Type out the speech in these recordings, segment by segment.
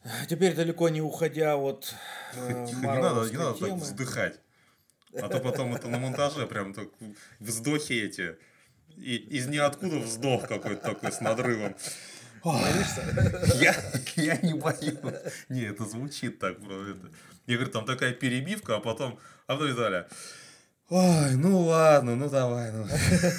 Теперь далеко не уходя от Тихо, не надо марвеловской так темы. вздыхать. А то потом это на монтаже прям так вздохи эти. И из ниоткуда вздох какой-то такой с надрывом. Боишься? Я, я не боюсь. Не, это звучит так. Я говорю, там такая перебивка, а потом Виталя. Ой, ну ладно, ну давай. Ну.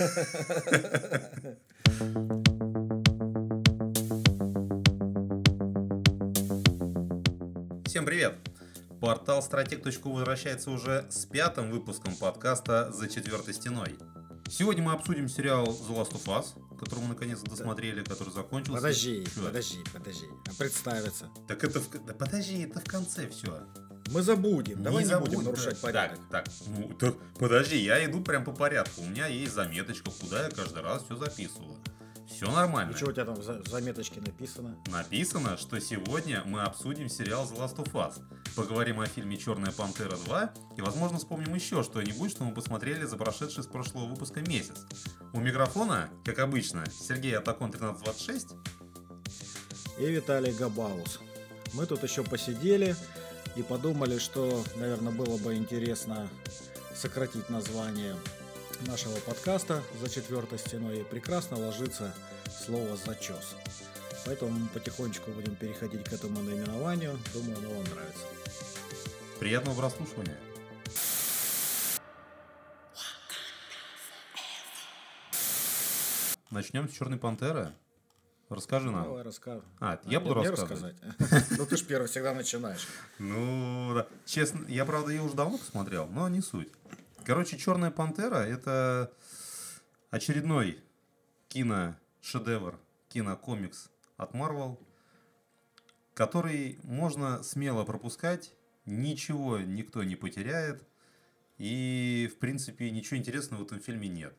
Всем привет! Портал Strateg.ru возвращается уже с 5-м выпуском подкаста «За четвертой стеной». Сегодня мы обсудим сериал The Last of Us, который мы наконец-то досмотрели, который закончился. Подожди. Представиться. Так это да подожди, это в конце все. Мы забудем. Давай не будем нарушать порядок. Так, подожди, я иду прям по порядку. У меня есть заметочка, куда я каждый раз все записываю. Все нормально. И что у тебя там в заметочке написано? Написано, что сегодня мы обсудим сериал The Last of Us. Поговорим о фильме «Черная пантера 2» и, возможно, вспомним еще что-нибудь, что мы посмотрели за прошедший с прошлого выпуска месяц. У микрофона, как обычно, Сергей Атакон 1326 и Виталий Габаус. Мы тут еще посидели и подумали, что, наверное, было бы интересно сократить название нашего подкаста «За четвертой стеной», и прекрасно ложится слово «зачес». Поэтому мы потихонечку будем переходить к этому наименованию. Думаю, оно вам нравится. Приятного прослушивания. Начнем с «Черной пантеры». Расскажи нам. Давай расскажи. Я буду рассказывать. Ну ты ж первый всегда начинаешь. Ну, да. Честно, я, правда, ее уже давно посмотрел, но не суть. Короче, «Черная пантера» — это очередной киношедевр, кинокомикс от Marvel, который можно смело пропускать, ничего никто не потеряет, и, в принципе, ничего интересного в этом фильме нет.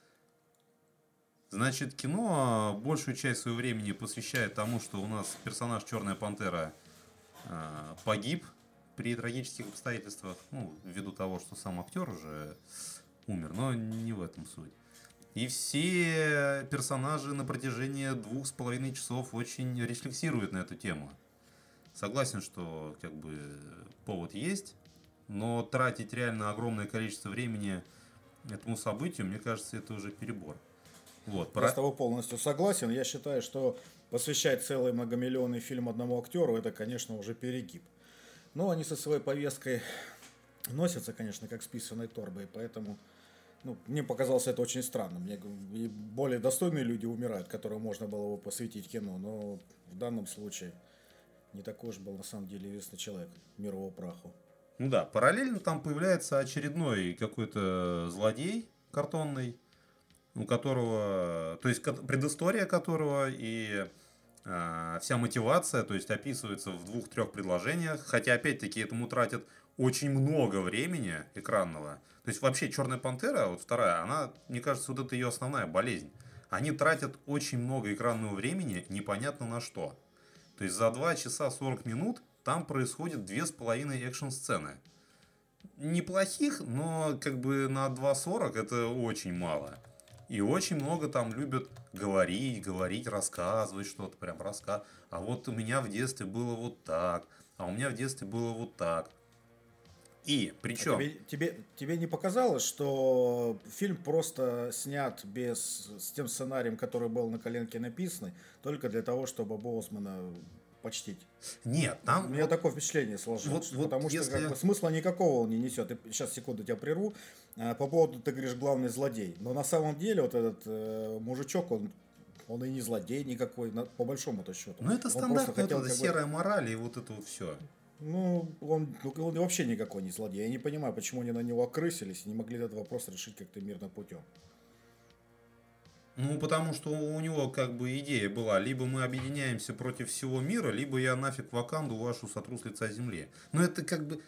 Значит, кино большую часть своего времени посвящает тому, что у нас персонаж Черная пантера погиб при трагических обстоятельствах, ввиду того, что сам актер уже умер, но не в этом суть. И все персонажи на протяжении 2,5 часов очень рефлексируют на эту тему. Согласен, что повод есть, но тратить реально огромное количество времени этому событию, мне кажется, это уже перебор. Я с тобой полностью согласен. Я считаю, что посвящать целый многомиллионный фильм одному актеру, это, конечно, уже перегиб. Но они со своей повесткой носятся, конечно, как с писаной торбой, поэтому мне показалось это очень странным. И более достойные люди умирают, которым можно было бы посвятить кино, но в данном случае не такой уж был на самом деле известный человек, мир его праху. Ну да, параллельно там появляется очередной какой-то злодей картонный, у которого, то есть предыстория которого и вся мотивация, то есть описывается в 2-3 предложениях, хотя опять-таки этому тратят очень много времени экранного. То есть вообще «Черная пантера», вот вторая, она, мне кажется, вот это ее основная болезнь. Они тратят очень много экранного времени непонятно на что. То есть за 2 часа 40 минут там происходит 2,5 экшн-сцены. Неплохих, но на 2,40 это очень мало. И очень много там любят говорить, рассказывать что-то, прям рассказ. А вот у меня в детстве было вот так, а у меня в детстве было вот так. И причем... Тебе не показалось, что фильм просто снят с тем сценарием, который был на коленке написан, только для того, чтобы Боусмана почтить? Нет, там... У меня такое впечатление сложилось, потому что смысла никакого он не несет. Сейчас, секунду, тебя прерву. По поводу, ты говоришь, главный злодей. Но на самом деле вот этот мужичок, он и не злодей никакой, по большому-то счету. Ну это стандартная серая мораль и вот это вот все. Он вообще никакой не злодей. Я не понимаю, почему они на него окрысились и не могли этот вопрос решить как-то мирным путем. Потому что у него идея была, либо мы объединяемся против всего мира, либо я нафиг Ваканду вашу сотру с лица земли. Но это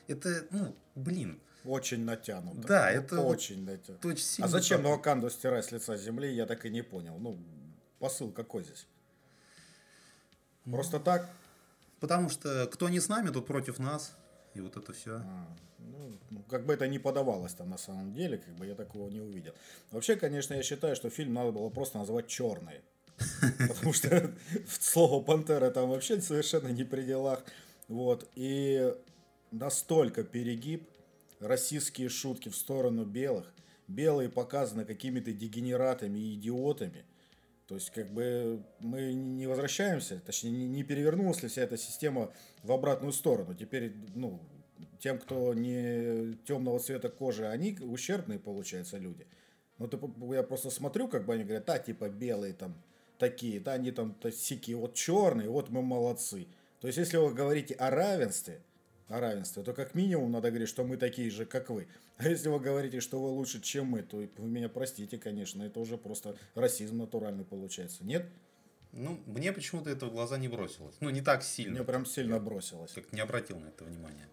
Очень натянуто. Да, это очень натянуто. А зачем Ваканду стирать с лица земли, я так и не понял. Посыл какой здесь? Просто так? Потому что кто не с нами, тот против нас. И вот это все. Это не подавалось там на самом деле, я такого не увидел. Вообще, конечно, я считаю, что фильм надо было просто назвать «Черный». Потому что слово «пантера» там вообще совершенно не при делах. Вот. И настолько перегиб, расистские шутки в сторону белых. Белые показаны какими-то дегенератами и идиотами. То есть, как бы мы не возвращаемся, точнее, не перевернулась ли вся эта система в обратную сторону. Теперь, ну, тем, кто не темного цвета кожи, они ущербные, получается, люди. Ну, я просто смотрю, как бы они говорят, типа белые там такие, они там сякие, вот черные, вот мы молодцы. То есть, если вы говорите о равенстве, то как минимум надо говорить, что мы такие же, как вы. А если вы говорите, что вы лучше, чем мы, то вы меня простите, конечно, это уже просто расизм натуральный получается. Нет? Ну, мне почему-то это в глаза не бросилось. Ну, не так сильно. Мне прям сильно Я бросилось. как-то не обратил на это внимания.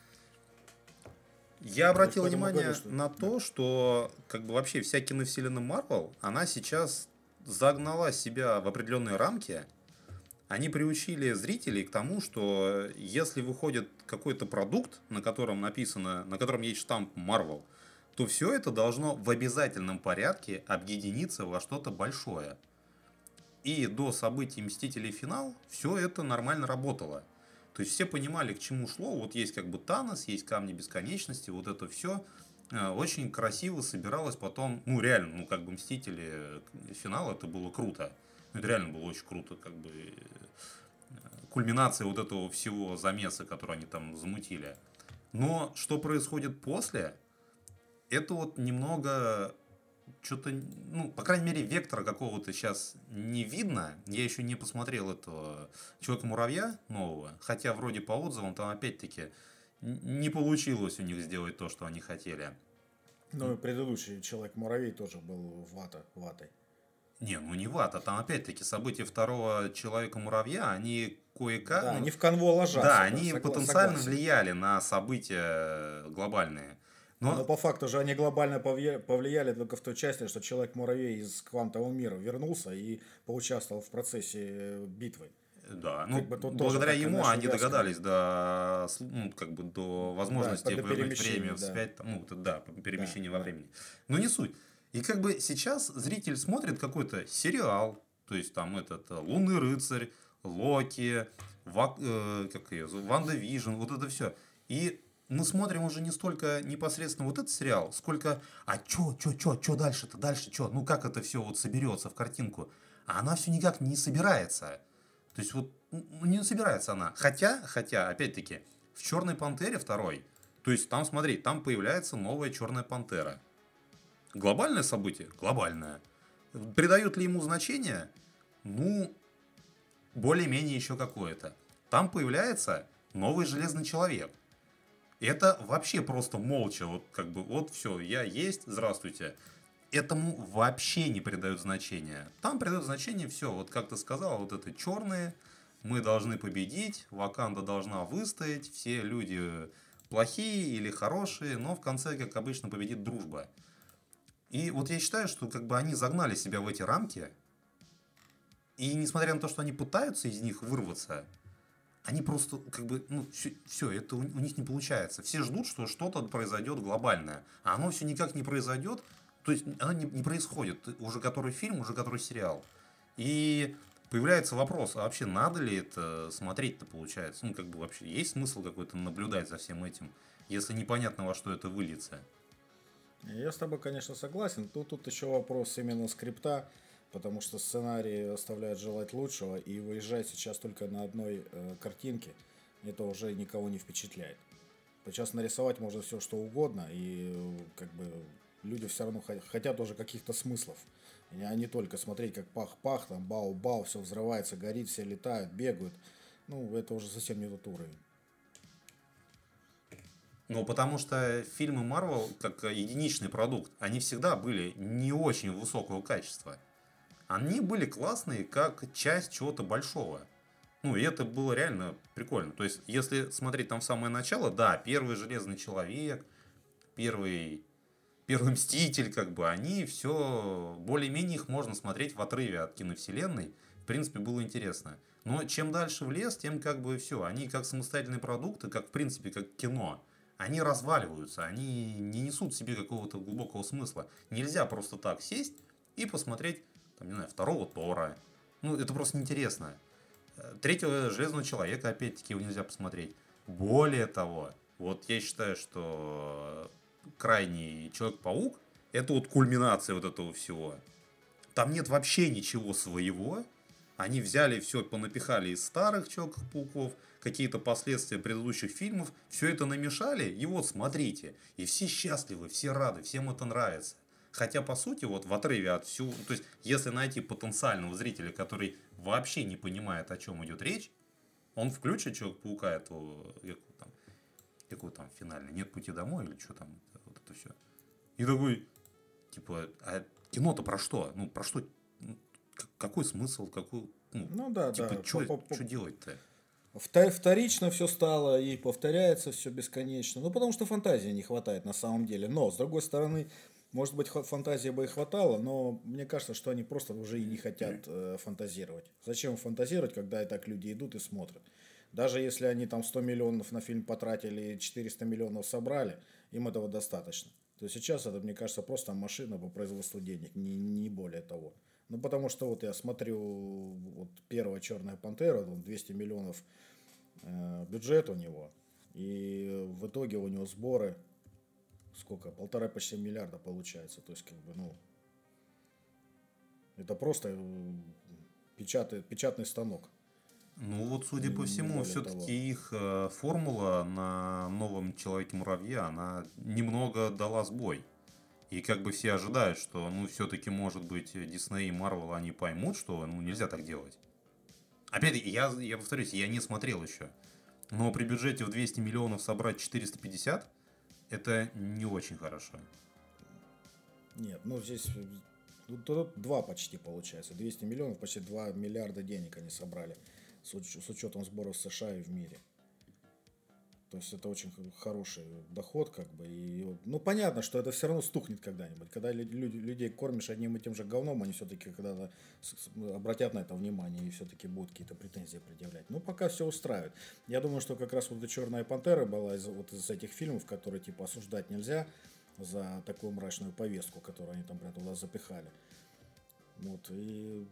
Я Вот обратил поэтому внимание говорю, что... на то, что как бы вообще вся киновселенная Марвел, она сейчас загнала себя в определенные рамки. Они приучили зрителей к тому, что если выходит какой-то продукт, на котором написано, на котором есть штамп Marvel, то все это должно в обязательном порядке объединиться во что-то большое. И до событий Мстителей Финал все это нормально работало. То есть все понимали, к чему шло. Вот есть как бы Танос, есть Камни Бесконечности, вот это все очень красиво собиралось потом. Ну реально, ну как бы Мстители Финал, это было круто. Это реально было очень круто, как бы кульминация вот этого всего замеса, который они там замутили. Но что происходит после, это вот немного что-то, ну, по крайней мере, вектора какого-то сейчас не видно. Я еще не посмотрел этого Человека-муравья нового, хотя вроде по отзывам там опять-таки не получилось у них сделать то, что они хотели. Ну и предыдущий Человек-муравей тоже был ватой. Не, ну не вата, там опять-таки события второго Человека-муравья, они кое-как... Да, ну, они в канву да, ложатся, да, они потенциально согласен. влияли на события глобальные. Но Но по факту же они глобально повлияли только в той части, что Человек-муравей из квантового мира вернулся и поучаствовал в процессе битвы. да, ну, Как бы тут тоже благодаря так, ему конечно, они вязко. догадались до, ну, как бы до Да, возможности до вернуть время перемещений, да. вспять, там, ну, вот это, да, Да, перемещение во да. времени. Но не суть. И как бы сейчас зритель смотрит какой-то сериал, то есть там этот Лунный рыцарь, Локи, как ее, Ванда Вижн, вот это все. И мы смотрим уже не столько непосредственно вот этот сериал, сколько, а чё дальше-то, дальше чё, ну как это все вот соберется в картинку. А она все никак не собирается. То есть вот ну, не собирается она. Хотя, опять-таки, в Черной Пантере второй, то есть там, смотри, там появляется новая Черная Пантера. Глобальное событие? Глобальное. Придают ли ему значение? Ну, более-менее еще какое-то. Там появляется новый Железный Человек. Это вообще просто молча, вот как бы, вот все, я есть, здравствуйте. Этому вообще не придают значения. Там придают значение все, вот как ты сказал, вот это черные, мы должны победить, Ваканда должна выстоять, все люди плохие или хорошие, но в конце, как обычно, победит дружба. И вот я считаю, что как бы они загнали себя в эти рамки, и несмотря на то, что они пытаются из них вырваться, они просто как бы, ну, все, это у них не получается. Все ждут, что что-то произойдет глобальное, а оно все никак не произойдет, то есть оно не происходит. Уже который фильм, уже который сериал. И появляется вопрос, а вообще надо ли это смотреть-то получается? Ну, как бы вообще есть смысл какой-то наблюдать за всем этим, если непонятно, во что это выльется? Я с тобой, конечно, согласен. Тут еще вопрос именно скрипта, потому что сценарий оставляет желать лучшего, и выезжать сейчас только на одной картинке, это уже никого не впечатляет. Сейчас нарисовать можно все что угодно, и как бы люди все равно хотят уже каких-то смыслов. А не только смотреть, как пах-пах, там бау-бау, все взрывается, горит, все летают, бегают. Ну, это уже совсем не тот уровень. Ну, потому что фильмы Marvel, как единичный продукт, они всегда были не очень высокого качества. Они были классные, как часть чего-то большого. Ну, и это было реально прикольно. То есть, если смотреть там в самое начало, да, первый Железный Человек, первый, первый Мститель, как бы, они все, более-менее их можно смотреть в отрыве от киновселенной. В принципе, было интересно. Но чем дальше в лес, тем как бы все. Они как самостоятельные продукты, как в принципе, как кино. Они разваливаются, они не несут в себе какого-то глубокого смысла. Нельзя просто так сесть и посмотреть, там, не знаю, второго Тора, Ну, это просто неинтересно. Третьего Железного Человека, опять-таки, его нельзя посмотреть. Более того, вот я считаю, что крайний Человек-паук — это вот кульминация вот этого всего. Там нет вообще ничего своего. Они взяли все, понапихали из старых Человеков-пауков, какие-то последствия предыдущих фильмов, все это намешали, и вот смотрите. И все счастливы, все рады, всем это нравится. Хотя, по сути, вот в отрыве от всего, то есть, если найти потенциального зрителя, который вообще не понимает, о чем идет речь, он включит Человека-паука, эту, какой там финальный, нет пути домой или что там, вот это все. И такой, типа, а кино-то про что? Ну, про что? Какой смысл? Какой, Ну да, типа, да. что делать-то? Вторично все стало и повторяется все бесконечно. Ну, потому что фантазии не хватает на самом деле. Но, с другой стороны, может быть, фантазии бы и хватало, но мне кажется, что они просто уже и не хотят фантазировать. Зачем фантазировать, когда и так люди идут и смотрят? Даже если они там 100 миллионов на фильм потратили и 400 миллионов собрали, им этого достаточно. То есть сейчас это, мне кажется, просто машина по производству денег, не более того. Ну, потому что вот я смотрю, вот первая «Черная пантера», 200 миллионов бюджет у него, и в итоге у него сборы сколько? 1,5 почти миллиарда получается. То есть, как бы, ну, это просто печатный станок. Ну вот, судя по всему, все-таки их формула на новом Человеке-муравье, она немного дала сбой. И как бы все ожидают, что, ну, все-таки, может быть, Дисней и Марвел, они поймут, что, ну, нельзя так делать. Опять-таки, я повторюсь, я не смотрел еще. Но при бюджете в 200 миллионов собрать 450, это не очень хорошо. Нет, ну, здесь тут 2 почти получается. 200 миллионов, почти 2 миллиарда денег они собрали. С учетом сборов США и в мире. То есть это очень хороший доход, как бы. И, ну, понятно, что это все равно стукнет когда-нибудь. Когда людей кормишь одним и тем же говном, они все-таки когда-то обратят на это внимание и все-таки будут какие-то претензии предъявлять. Но пока все устраивает. Я думаю, что как раз вот эта «Черная пантера» была из этих фильмов, которые типа осуждать нельзя за такую мрачную повестку, которую они там туда запихали. Вот, и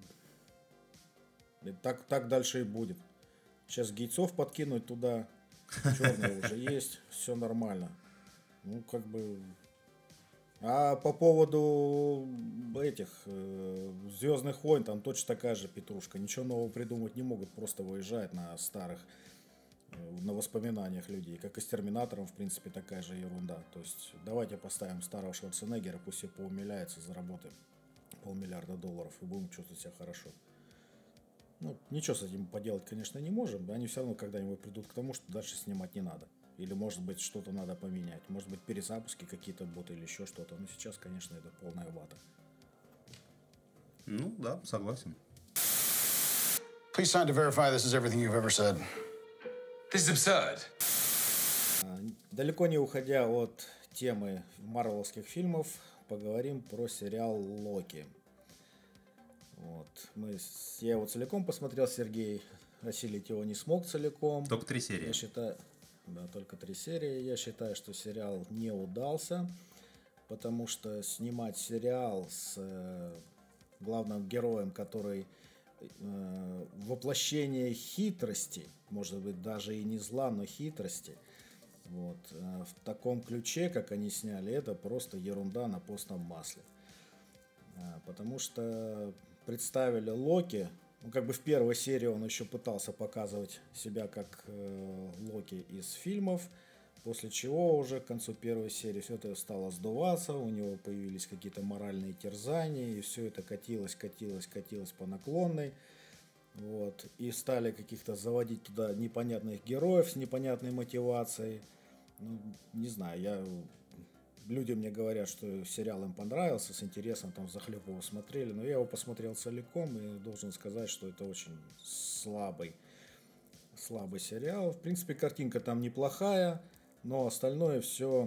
так дальше и будет. Сейчас гейцов подкинуть туда, черные уже есть, все нормально. Ну, как бы... А по поводу этих «Звездных войн», там точно такая же петрушка. Ничего нового придумать не могут, просто выезжают на старых, на воспоминаниях людей. Как и с «Терминатором», в принципе, такая же ерунда. То есть давайте поставим старого Шварценеггера, пусть все поумиляется, заработаем $500 миллиарда и будем чувствовать себя хорошо. Ну, ничего с этим поделать, конечно, не можем. Они все равно когда-нибудь придут к тому, что дальше снимать не надо. Или, может быть, что-то надо поменять. Может быть, перезапуски какие-то будут или еще что-то. Но сейчас, конечно, это полная вата. Ну, да, согласен. Please sign to verify this is everything you've ever said. This is absurd. Далеко не уходя от темы марвеловских фильмов, поговорим про сериал «Локи». Вот. Я его целиком посмотрел, Сергей осилить его не смог целиком. Только 3 серии. Я считаю, да, только 3 серии. Я считаю, что сериал не удался, потому что снимать сериал с главным героем, который воплощение хитрости, может быть, даже и не зла, но хитрости, вот, в таком ключе, как они сняли, это просто ерунда на постном масле. Потому что представили Локи, ну, как бы в первой серии он еще пытался показывать себя как Локи из фильмов, после чего уже к концу первой серии все это стало сдуваться, у него появились какие-то моральные терзания, и все это катилось по наклонной. Вот, и стали каких-то заводить туда непонятных героев с непонятной мотивацией. Ну, не знаю, люди мне говорят, что сериал им понравился, с интересом там взахлеб его смотрели, но я его посмотрел целиком и должен сказать, что это очень слабый сериал. В принципе, картинка там неплохая, но остальное все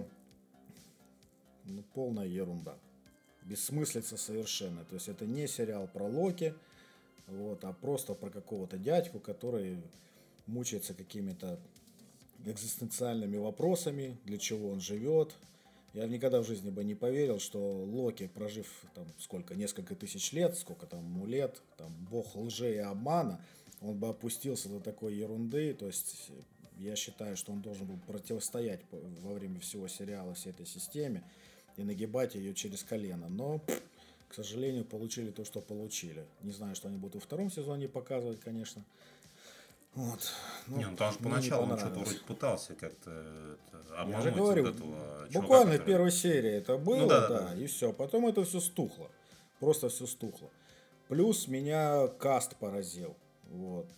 полная ерунда. Бессмыслица совершенно. То есть это не сериал про Локи, вот, а просто про какого-то дядьку, который мучается какими-то экзистенциальными вопросами, для чего он живет, Я никогда в жизни бы не поверил, что Локи, прожив там сколько, несколько тысяч лет, сколько там ему лет, там бог лжи и обмана, он бы опустился до такой ерунды. То есть я считаю, что он должен был противостоять во время всего сериала всей этой системе и нагибать ее через колено. Но, к сожалению, получили то, что получили. Не знаю, что они будут во втором сезоне показывать, конечно. Вот. Ну, не, ну там же поначалу он что-то вроде пытался как-то обмануть. Я же говорю, вот этого буквально чувака, первой серии это было, Ну да, и все. Потом это все стухло. Просто все стухло. Плюс меня каст поразил. Вот.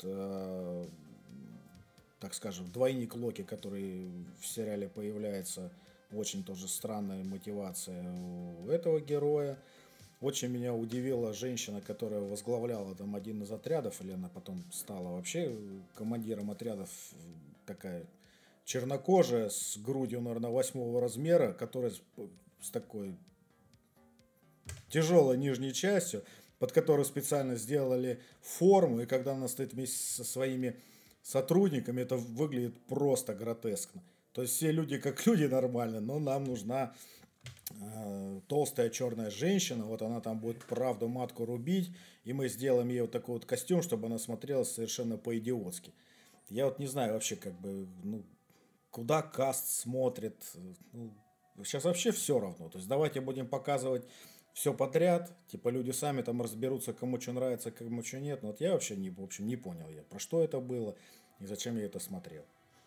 Так скажем, двойник Локи, который в сериале появляется, очень тоже странная мотивация у этого героя. Очень меня удивила женщина, которая возглавляла там один из отрядов, или она потом стала вообще командиром отрядов, такая чернокожая, с грудью, наверное, 8 размера, которая с такой тяжелой нижней частью, под которую специально сделали форму, и когда она стоит вместе со своими сотрудниками, это выглядит просто гротескно. То есть все люди как люди нормально, но нам нужна толстая черная женщина, вот она там будет правду матку рубить, и мы сделаем ей вот такой вот костюм, чтобы она смотрелась совершенно по-идиотски. Я вот не знаю вообще, как бы, ну, куда каст смотрит. Ну, сейчас вообще все равно. То есть давайте будем показывать все подряд, типа люди сами там разберутся, кому что нравится, кому что нет. Но вот я вообще в общем, не понял, я, про что это было и зачем я это смотрел.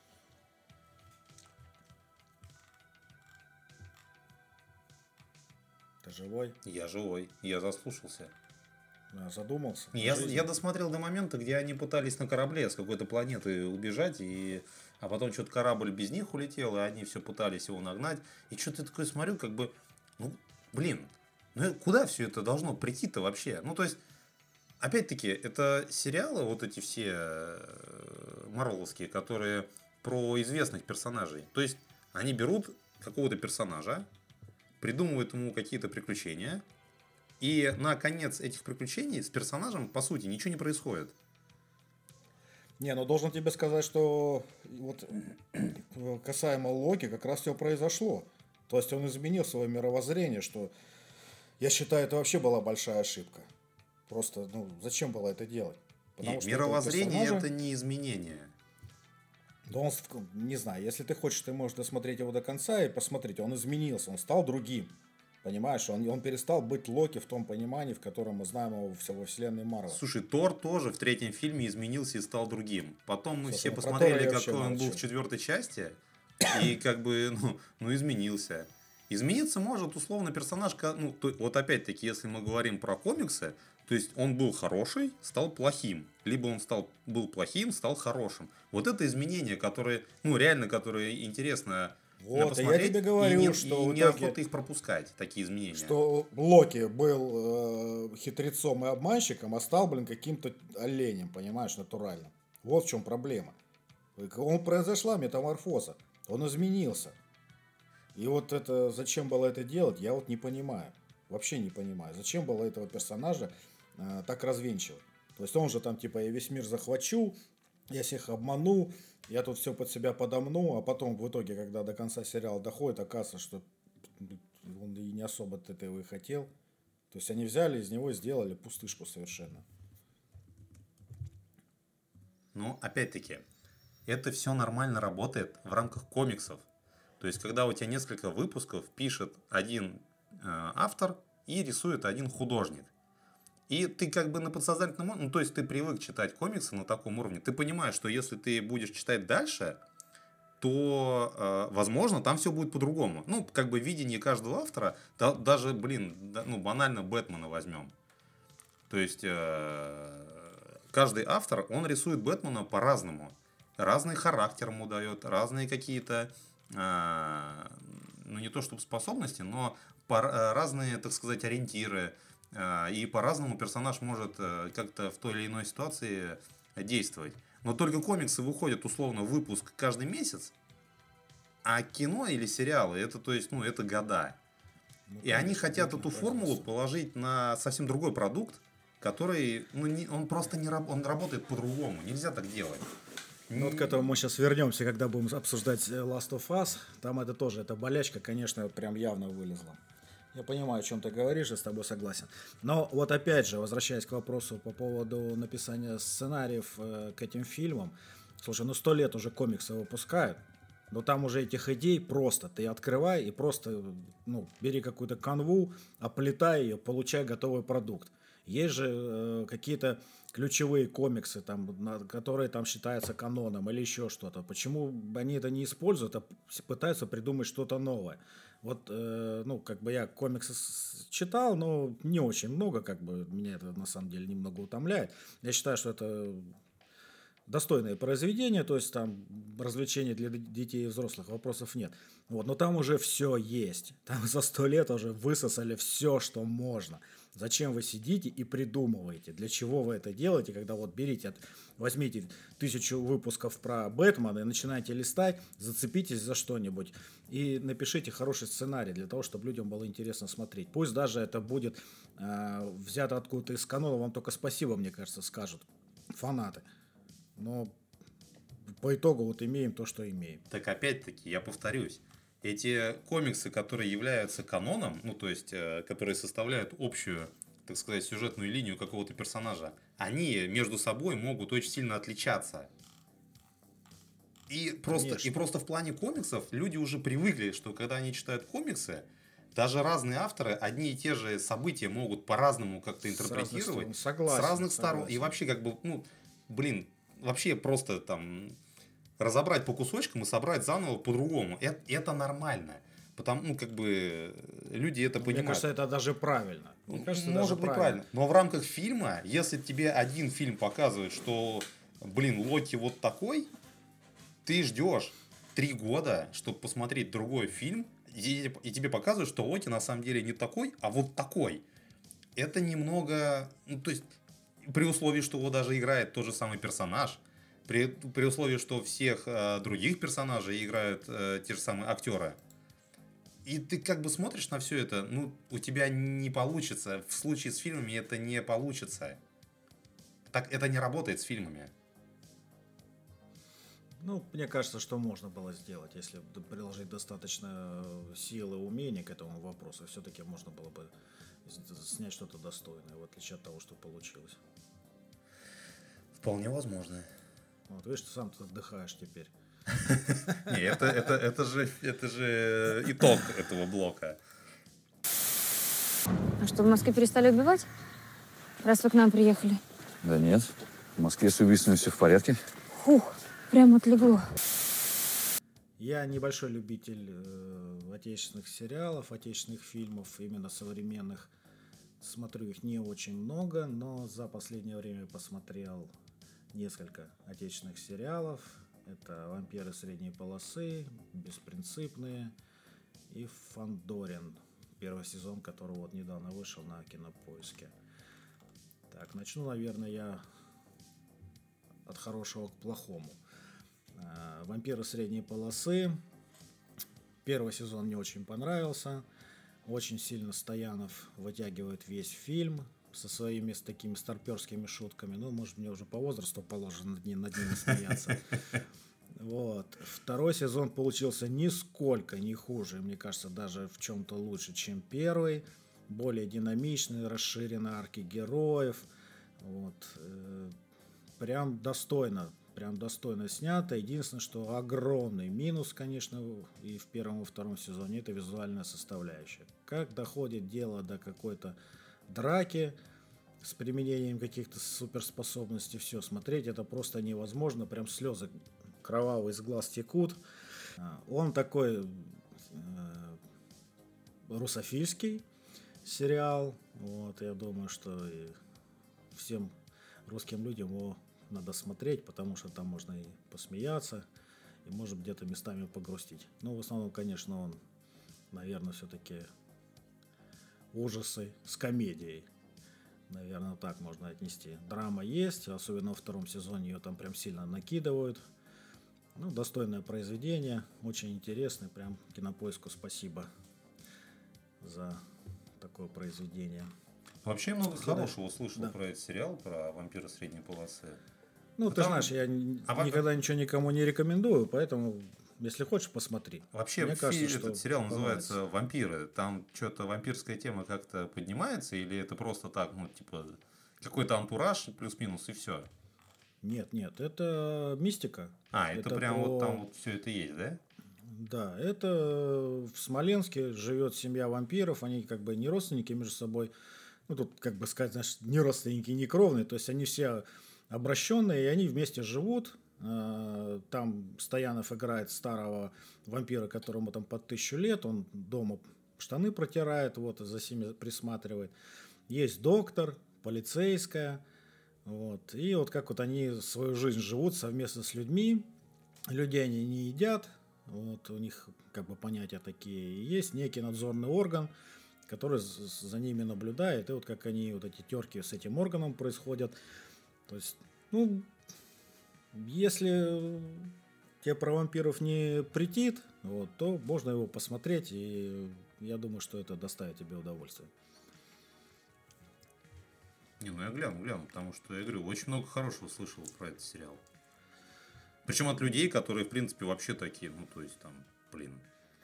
Ты живой? Я живой, я заслушался. Задумался? Я досмотрел до момента, где они пытались на корабле с какой-то планеты убежать, а потом что-то корабль без них улетел, и они все пытались его нагнать. И что-то я такое смотрю, как бы, ну, блин, ну куда все это должно прийти-то вообще? Ну, то есть, опять-таки, это сериалы, вот эти все марвеловские, которые про известных персонажей. То есть, они берут какого-то персонажа, придумывают ему какие-то приключения, и на конец этих приключений с персонажем, по сути, ничего не происходит. Не, ну должен тебе сказать, что вот касаемо Локи как раз все произошло. То есть он изменил свое мировоззрение, что я считаю, это вообще была большая ошибка. Просто, ну, зачем было это делать? Потому что мировоззрение это не изменение. Да он, не знаю, если ты хочешь, ты можешь досмотреть его до конца и посмотреть, он изменился, он стал другим. Понимаешь, он перестал быть Локи в том понимании, в котором мы знаем его во вселенной Марвел. Слушай, Тор тоже в третьем фильме изменился и стал другим. Потом мы все посмотрели, какой он был в четвертой части, и как бы, ну был Измениться может условно персонаж, ну, вот опять-таки, если мы говорим про комиксы, то есть он был хороший, стал плохим. Либо он был плохим, стал хорошим. Вот это изменения, которые, ну, реально, которые интересно вот, я тебе говорю, что неохота их пропускать, такие изменения. Что Локи был хитрецом и обманщиком, а стал, каким-то оленем, понимаешь, натурально. Вот в чем проблема. Произошла метаморфоза. Он изменился. И вот это, зачем было это делать, я вот не понимаю. Вообще не понимаю. Зачем было этого персонажа так развенчивать? То есть он же там типа, я весь мир захвачу, я всех обману, я тут все под себя подомну, а потом в итоге, когда до конца сериала доходит, оказывается, что он и не особо этого и хотел. То есть они взяли из него и сделали пустышку совершенно. Ну, опять-таки, это все нормально работает в рамках комиксов. То есть, когда у тебя несколько выпусков пишет один автор и рисует один художник. И ты как бы на подсознательном уровне, ну, то есть ты привык читать комиксы на таком уровне, ты понимаешь, что если ты будешь читать дальше, то, возможно, там все будет по-другому. Ну, как бы видение каждого автора, даже, банально Бэтмена возьмем. То есть, каждый автор, он рисует Бэтмена по-разному. Разный характер ему дает, разные какие-то, ну, не то чтобы способности, но разные, так сказать, ориентиры. И по-разному персонаж может как-то в той или иной ситуации действовать. Но только комиксы выходят условно выпуск каждый месяц, а кино или сериалы это, то есть, ну, это года. Ну, и они хотят эту формулу положить на совсем другой продукт, который, ну, он просто он работает по-другому. Нельзя так делать. Ну, вот к этому мы сейчас вернемся, когда будем обсуждать Last of Us. Там это тоже, эта болячка, конечно, прям явно вылезла. Я понимаю, о чем ты говоришь, я с тобой согласен. Но вот опять же, возвращаясь к вопросу по поводу написания сценариев к этим фильмам. Слушай, 100 лет уже комиксы выпускают. Но там уже этих идей просто. Ты открывай и просто бери какую-то канву, оплетай ее, получай готовый продукт. Есть же какие-то ключевые комиксы, там, которые там считаются каноном или еще что-то. Почему они это не используют, а пытаются придумать что-то новое? Вот, я комиксы читал, но не очень много, меня это на самом деле немного утомляет. Я считаю, что это достойное произведение, то есть там развлечения для детей и взрослых, вопросов нет. Вот, но там уже все есть. Там за 100 лет уже высосали все, что можно. Зачем вы сидите и придумываете? Для чего вы это делаете, когда вот возьмите 1000 выпусков про Бэтмена и начинаете листать, зацепитесь за что-нибудь и напишите хороший сценарий для того, чтобы людям было интересно смотреть. Пусть даже это будет взято откуда-то из канона, вам только спасибо, мне кажется, скажут фанаты. Но по итогу вот имеем то, что имеем. Так опять-таки, я повторюсь. Эти комиксы, которые являются каноном, то есть, которые составляют общую, так сказать, сюжетную линию какого-то персонажа, они между собой могут очень сильно отличаться. И просто в плане комиксов люди уже привыкли, что когда они читают комиксы, даже разные авторы одни и те же события могут по-разному как-то интерпретировать. С разных сторон. И вообще, вообще просто там разобрать по кусочкам и собрать заново по-другому. Это нормально. Потому, люди это понимают. Мне кажется, это даже правильно. Может быть правильно. Но в рамках фильма, если тебе один фильм показывает, что, Локи вот такой, ты ждешь 3 года, чтобы посмотреть другой фильм, и тебе показывают, что Локи на самом деле не такой, а вот такой. Это немного... то есть, при условии, что его даже играет тот же самый персонаж, при условии, что всех других персонажей играют те же самые актеры. И ты смотришь на все это, у тебя не получится. В случае с фильмами это не получится. Так это не работает с фильмами. Мне кажется, что можно было сделать, если приложить достаточно силы и умения к этому вопросу. Все-таки можно было бы снять что-то достойное, в отличие от того, что получилось. Вполне возможно. Вот видишь, ты сам-то отдыхаешь теперь. Не, это же итог этого блока. А что, в Москве перестали убивать? Раз вы к нам приехали. Да нет, в Москве с убийствами все в порядке. Фух, прям отлегло. Я небольшой любитель отечественных сериалов, отечественных фильмов, именно современных. Смотрю их не очень много, но за последнее время посмотрел несколько отечественных сериалов. Это «Вампиры средней полосы», «Беспринципные» и «Фандорин», первый сезон, который вот недавно вышел на Кинопоиске. Так, начну, наверное, я от хорошего к плохому. «Вампиры средней полосы». Первый сезон мне очень понравился. Очень сильно Стоянов вытягивает весь фильм со своими такими старперскими шутками. Может, мне уже по возрасту положено над ними смеяться. Вот. Второй сезон получился нисколько не хуже. Мне кажется, даже в чем-то лучше, чем первый. Более динамичный, расширены арки героев. Вот. Прям достойно снято. Единственное, что огромный минус, конечно, и в первом и втором сезоне, это визуальная составляющая. Как доходит дело до какой-то драки с применением каких-то суперспособностей, все, смотреть это просто невозможно. Прям слезы кровавые из глаз текут. Он такой русофильский сериал. Вот, я думаю, что и всем русским людям его надо смотреть, потому что там можно и посмеяться, и может где-то местами погрустить. Но в основном, конечно, он, наверное, все-таки ужасы с комедией. Наверное, так можно отнести. Драма есть, особенно во втором сезоне ее там прям сильно накидывают. Достойное произведение, очень интересное, прям Кинопоиску спасибо за такое произведение. Вообще много хорошего слышал про этот сериал, про «Вампиры средней полосы». Ну, ты знаешь, я никогда ничего никому не рекомендую, поэтому, если хочешь, посмотри. Вообще, Мне кажется, что этот сериал понравится. называется «Вампиры». Там что-то вампирская тема как-то поднимается, или это просто так, ну, типа, какой-то антураж плюс-минус и все? Нет, это мистика. Это прям вот там вот все это есть, да? Да, это в Смоленске живет семья вампиров, они как бы не родственники между собой, ну тут как бы сказать, знаешь, не родственники, не кровные, то есть они все обращенные, и они вместе живут. Там Стоянов играет старого вампира, которому там под 1000 лет, он дома штаны протирает, вот, и за всеми присматривает. Есть доктор, полицейская, вот, и вот как вот они свою жизнь живут совместно с людьми, людей они не едят, вот, у них как бы понятия такие. И есть некий надзорный орган, который за ними наблюдает, и вот как они, вот эти терки с этим органом происходят. То есть, ну, если тебе про вампиров не претит, вот, то можно его посмотреть, и я думаю, что это доставит тебе удовольствие. Не, ну я гляну, потому что, я говорю, очень много хорошего слышал про этот сериал. Причем от людей, которые, в принципе, вообще такие, ну, то есть, там, блин,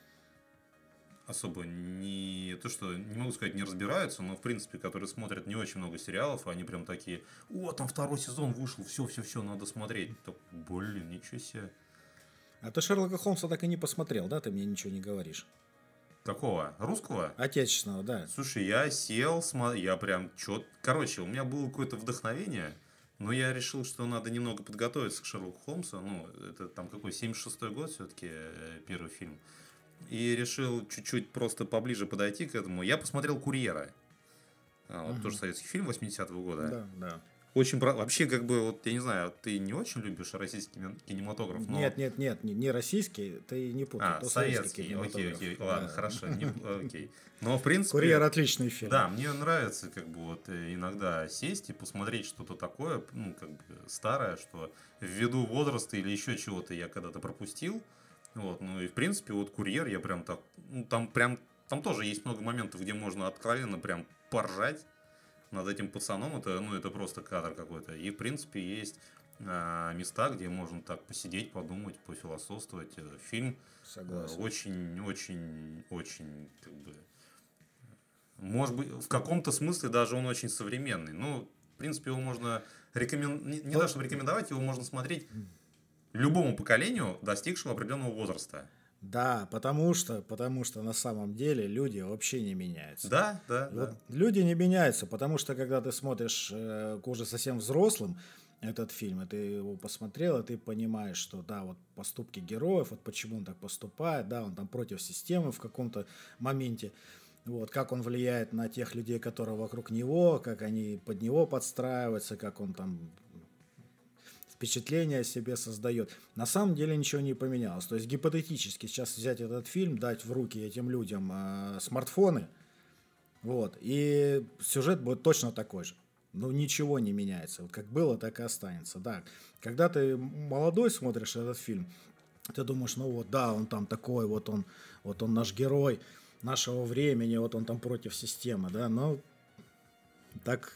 особо не то, что, не могу сказать, не разбираются, но, в принципе, которые смотрят не очень много сериалов, они прям такие, о, там 2-й сезон вышел, все, надо смотреть. Так, блин, ничего себе. А ты Шерлока Холмса так и не посмотрел, да? Ты мне ничего не говоришь. Какого? Русского? Отечественного, да. Слушай, я сел, я прям короче, у меня было какое-то вдохновение, но я решил, что надо немного подготовиться к Шерлоку Холмсу. Ну, это там какой, 76-й год все-таки первый фильм. И решил чуть-чуть просто поближе подойти к этому. Я посмотрел «Курьера». Вот тоже советский фильм 80-го года. Да. Очень вообще, как бы, вот я не знаю, ты не очень любишь российский кинематограф, но... Нет, не российский, ты не путай. То советский, окей, ладно, хорошо, окей. Но, в принципе... «Курьер» отличный фильм. Да, мне нравится, как бы, вот иногда сесть и посмотреть что-то такое, ну, как бы, старое, что ввиду возраста или еще чего-то я когда-то пропустил. Вот, ну, и, в принципе, вот «Курьер» я прям так... Ну, там тоже есть много моментов, где можно откровенно прям поржать над этим пацаном. Это просто кадр какой-то. И, в принципе, есть места, где можно так посидеть, подумать, пофилософствовать. Фильм очень, как бы... Может быть, в каком-то смысле даже он очень современный. Ну, в принципе, его можно не то, чтобы рекомендовать, его можно смотреть любому поколению, достигшему определенного возраста. Да, потому что на самом деле люди вообще не меняются. Да. Люди не меняются, потому что когда ты смотришь уже совсем взрослым этот фильм, и ты его посмотрел, и ты понимаешь, что да, вот поступки героев, вот почему он так поступает, да, он там против системы в каком-то моменте. Вот, как он влияет на тех людей, которые вокруг него, как они под него подстраиваются, как он там впечатление о себе создает. На самом деле ничего не поменялось. То есть гипотетически сейчас взять этот фильм, дать в руки этим людям смартфоны, вот, и сюжет будет точно такой же. Ну, ничего не меняется. Вот как было, так и останется. Да. Когда ты молодой смотришь этот фильм, ты думаешь, ну вот, да, он там такой, вот он наш герой нашего времени, вот он там против системы, да, но так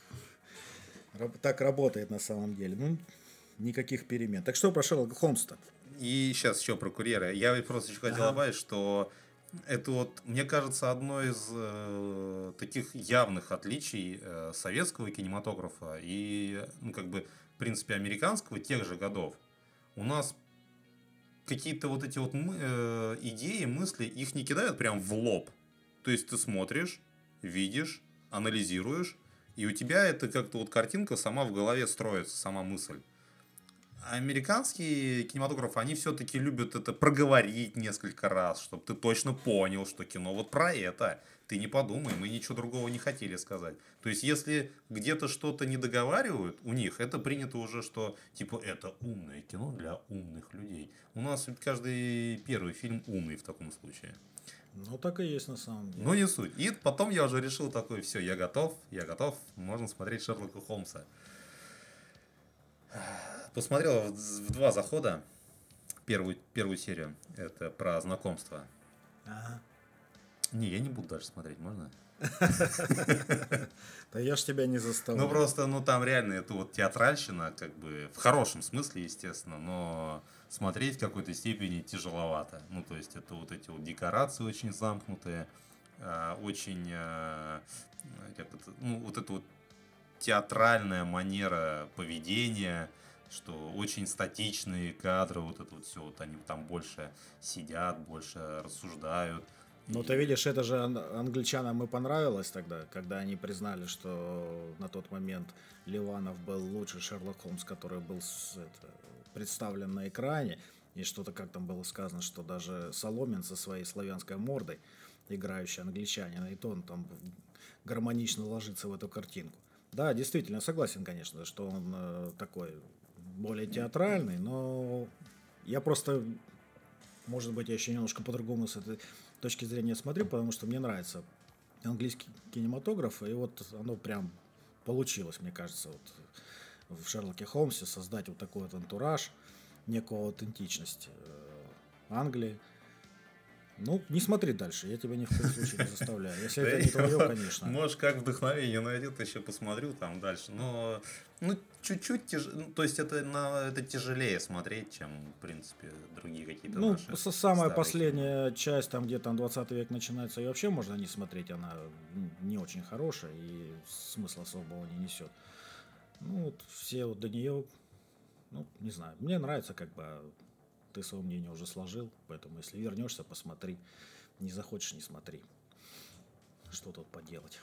работает на самом деле. Ну, никаких перемен. Так что про Шерлока Холмса-то? И сейчас еще про «Курьера». Я просто еще хотел добавить, что это вот, мне кажется, одно из таких явных отличий советского кинематографа и, ну, как бы, в принципе, американского тех же годов. У нас какие-то вот эти вот идеи, мысли, их не кидают прям в лоб. То есть ты смотришь, видишь, анализируешь, и у тебя это как-то вот картинка сама в голове строится, сама мысль. Американские кинематографы, они все-таки любят это проговорить несколько раз, чтобы ты точно понял, что кино вот про это. Ты не подумай, мы ничего другого не хотели сказать. То есть, если где-то что-то не договаривают, у них это принято уже, что типа это умное кино для умных людей. У нас каждый первый фильм умный в таком случае. Ну, так и есть на самом деле. Ну, не суть. И потом я уже решил такой, все, я готов, можно смотреть Шерлока Холмса. Посмотрел в 2 захода первую серию. Это про знакомство. Ага. Не, я не буду дальше смотреть, можно? Да я ж тебя не заставляю. Ну просто, ну там реально это вот театральщина, как бы в хорошем смысле, естественно, но смотреть в какой-то степени тяжеловато. Ну то есть это вот эти вот декорации очень замкнутые, очень, как это, ну вот эта вот театральная манера поведения, что очень статичные кадры, вот это вот все, вот они там больше сидят, больше рассуждают. Ну, ты видишь, это же англичанам и понравилось тогда, когда они признали, что на тот момент Ливанов был лучший Шерлок Холмс, который был представлен на экране, и что-то, как там было сказано, что даже Соломин со своей славянской мордой, играющий англичанина, и то он там гармонично ложится в эту картинку. Да, действительно, я согласен, конечно, что он такой более театральный, но я просто, может быть, я еще немножко по-другому с этой точки зрения смотрю, потому что мне нравится английский кинематограф, и вот оно прям получилось, мне кажется, вот в Шерлоке Холмсе создать вот такой вот антураж, некую аутентичность Англии. Ну, не смотри дальше, я тебя ни в коем случае не заставляю. Если это не твое, конечно. Может, как вдохновение найдет, еще посмотрю там дальше. Но ну, чуть-чуть то есть это тяжелее смотреть, чем, в принципе, другие какие-то Ну, наши самая старые последняя часть, там где там 20 век начинается, и вообще можно не смотреть, она не очень хорошая и смысла особого не несет. Ну, вот все вот до нее, ну, не знаю, мне нравится, как бы, ты свое мнение уже сложил, поэтому если вернешься, посмотри. Не захочешь, не смотри. Что тут поделать?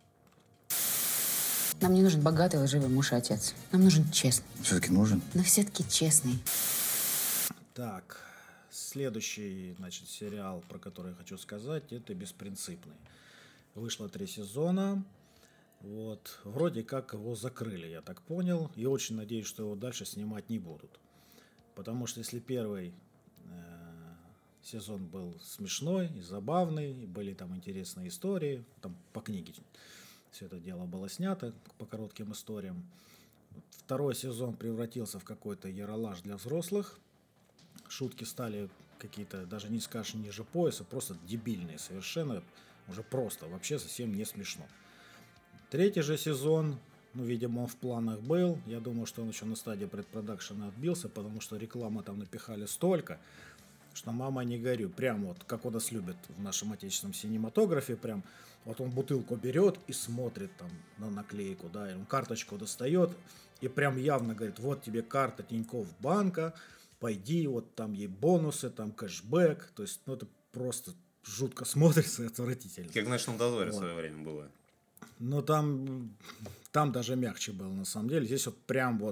Нам не нужен богатый, лживый муж и отец. Нам нужен честный. Все-таки нужен? Но все-таки честный. Так, следующий, значит, сериал, про который я хочу сказать, это «Беспринципный». Вышло 3 сезона. Вот. Вроде как его закрыли, я так понял. И очень надеюсь, что его дальше снимать не будут. Потому что если первый сезон был смешной и забавный, были там интересные истории, там по книге все это дело было снято по коротким историям. Второй сезон превратился в какой-то яролаж для взрослых. Шутки стали какие-то, даже не скажешь ниже пояса, просто дебильные совершенно, уже просто, вообще совсем не смешно. Третий же сезон, ну, видимо, он в планах был. Я думаю, что он еще на стадии предпродакшена отбился, потому что рекламы там напихали столько, что мама не горю. Прям вот, как у нас любят в нашем отечественном кинематографе, прям вот он бутылку берет и смотрит там на наклейку, да, и он карточку достает и прям явно говорит: вот тебе карта Тинькофф банка, пойди, вот там ей бонусы, там кэшбэк. То есть, ну, это просто жутко смотрится и отвратительно. Как в «Ночном дозоре» Вот. в свое время было. Но там даже мягче было, на самом деле. Здесь вот прям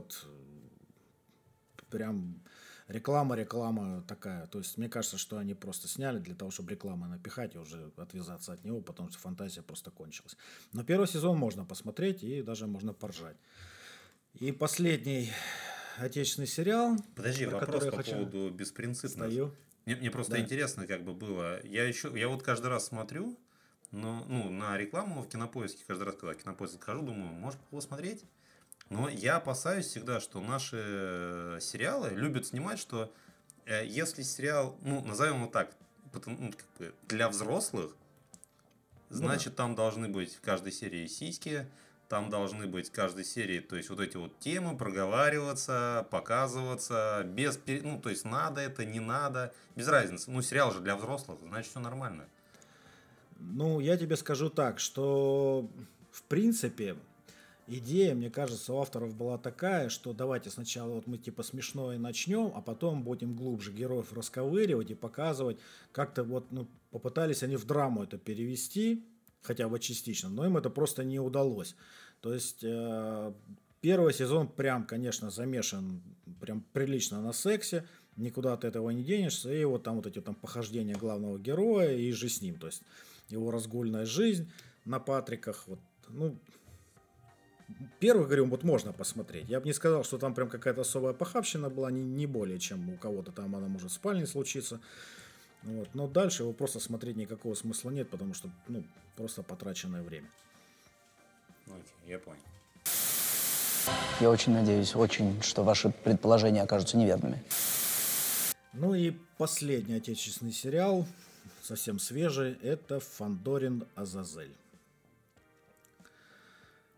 реклама такая. То есть мне кажется, что они просто сняли для того, чтобы рекламу напихать и уже отвязаться от него, потому что фантазия просто кончилась. Но первый сезон можно посмотреть и даже можно поржать. И последний отечественный сериал. Подожди, про вопрос который по я хочу... поводу «Беспринципных». Стою. Мне просто Да. интересно, как бы было. Я вот каждый раз смотрю, но, ну, на рекламу в Кинопоиске, каждый раз, когда в Кинопоиск захожу, думаю, может посмотреть. Но я опасаюсь всегда, что наши сериалы любят снимать, что если сериал, ну, назовем его так, ну, как бы для взрослых, значит, там должны быть в каждой серии сиськи, там должны быть в каждой серии, то есть вот эти вот темы проговариваться, показываться, без, ну, то есть надо это, не надо, без разницы. Ну, сериал же для взрослых, значит, все нормально. Ну, я тебе скажу так, что в принципе идея, мне кажется, у авторов была такая, что давайте сначала вот мы типа смешное начнем, а потом будем глубже героев расковыривать и показывать. Как-то вот, ну, попытались они в драму это перевести, хотя бы частично, но им это просто не удалось. То есть первый сезон прям, конечно, замешан прям прилично на сексе, никуда от этого не денешься, и вот там вот эти там похождения главного героя и же с ним, то есть его разгульная жизнь на Патриках, вот, ну, первый, говорю, вот можно посмотреть. Я бы не сказал, что там прям какая-то особая похабщина была, не более, чем у кого-то там она может в спальне случиться. Вот. Но дальше его просто смотреть никакого смысла нет, потому что, ну, просто потраченное время. Окей, я понял. Я очень надеюсь, что ваши предположения окажутся неверными. Ну и последний отечественный сериал, совсем свежий, это «Фандорин Азазель».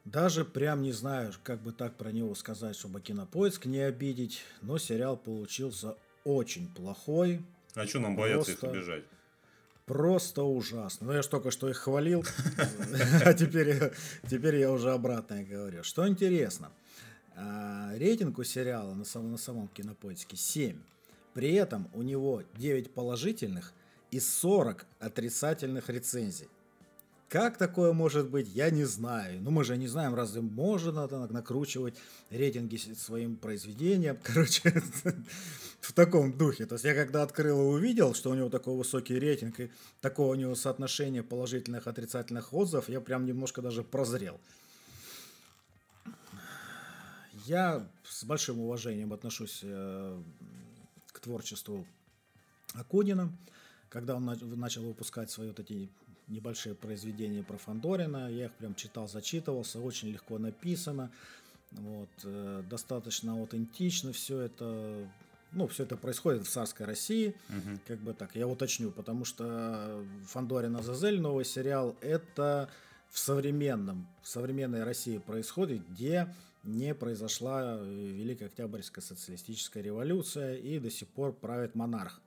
Даже прям не знаю, как бы так про него сказать, чтобы Кинопоиск не обидеть, но сериал получился очень плохой. А что нам бояться их Просто- обижать? Просто ужасно. Ну, я же только что их хвалил, а теперь я уже обратное говорю. Что интересно, рейтинг у сериала на самом Кинопоиске 7. При этом у него 9 положительных и 40 отрицательных рецензий. Как такое может быть, я не знаю. Ну, мы же не знаем, разве можно накручивать рейтинги своим произведениям. Короче, в таком духе. То есть я когда открыл и увидел, что у него такой высокий рейтинг и такое у него соотношение положительных и отрицательных отзывов, я прям немножко даже прозрел. Я с большим уважением отношусь к творчеству Акунина. Когда он начал выпускать свои вот эти небольшие произведения про Фандорина, я их прям читал, зачитывался, очень легко написано, вот, достаточно аутентично все это, ну, все это происходит в царской России, как бы так, я уточню, потому что Фандорин Азазель, новый сериал, это в современной России происходит, где не произошла Великая Октябрьская социалистическая революция и до сих пор правит монарх.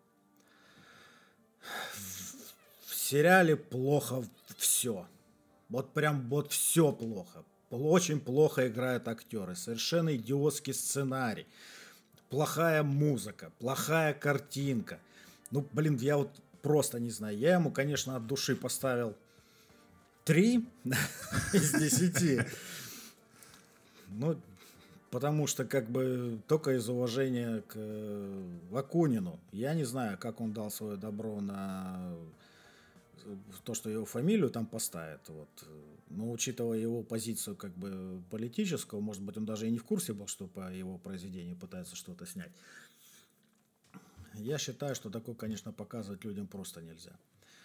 В сериале плохо все. Вот прям вот все плохо. Очень плохо играют актеры. Совершенно идиотский сценарий. Плохая музыка. Плохая картинка. Ну, блин, я вот просто не знаю. Я ему, конечно, от души поставил 3 из 10. Ну, потому что как бы только из уважения к Акунину. Я не знаю, как он дал свое добро на то, что его фамилию там поставят. Вот. Но учитывая его позицию как бы политическую, может быть, он даже и не в курсе был, что по его произведению пытаются что-то снять. Я считаю, что такое, конечно, показывать людям просто нельзя.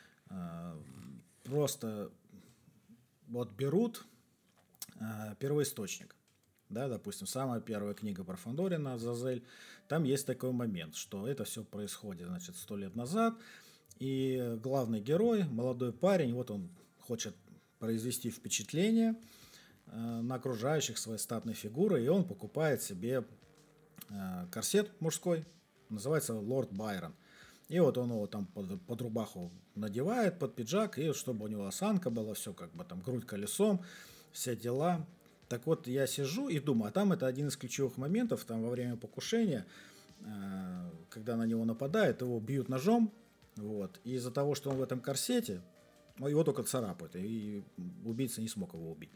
Просто вот берут первоисточник. Да, допустим, самая первая книга про Фандорина «Азазель», там есть такой момент, что это все происходит, значит, 100 лет назад, и главный герой, молодой парень, вот он хочет произвести впечатление на окружающих своей статной фигурой, и он покупает себе корсет мужской, называется «Лорд Байрон». И вот он его там под рубаху надевает, под пиджак, и чтобы у него осанка была, все как бы там грудь колесом, все дела. Так вот, я сижу и думаю, а там это один из ключевых моментов, там во время покушения, когда на него нападают, его бьют ножом, вот, и из-за того, что он в этом корсете, его только царапают, и убийца не смог его убить.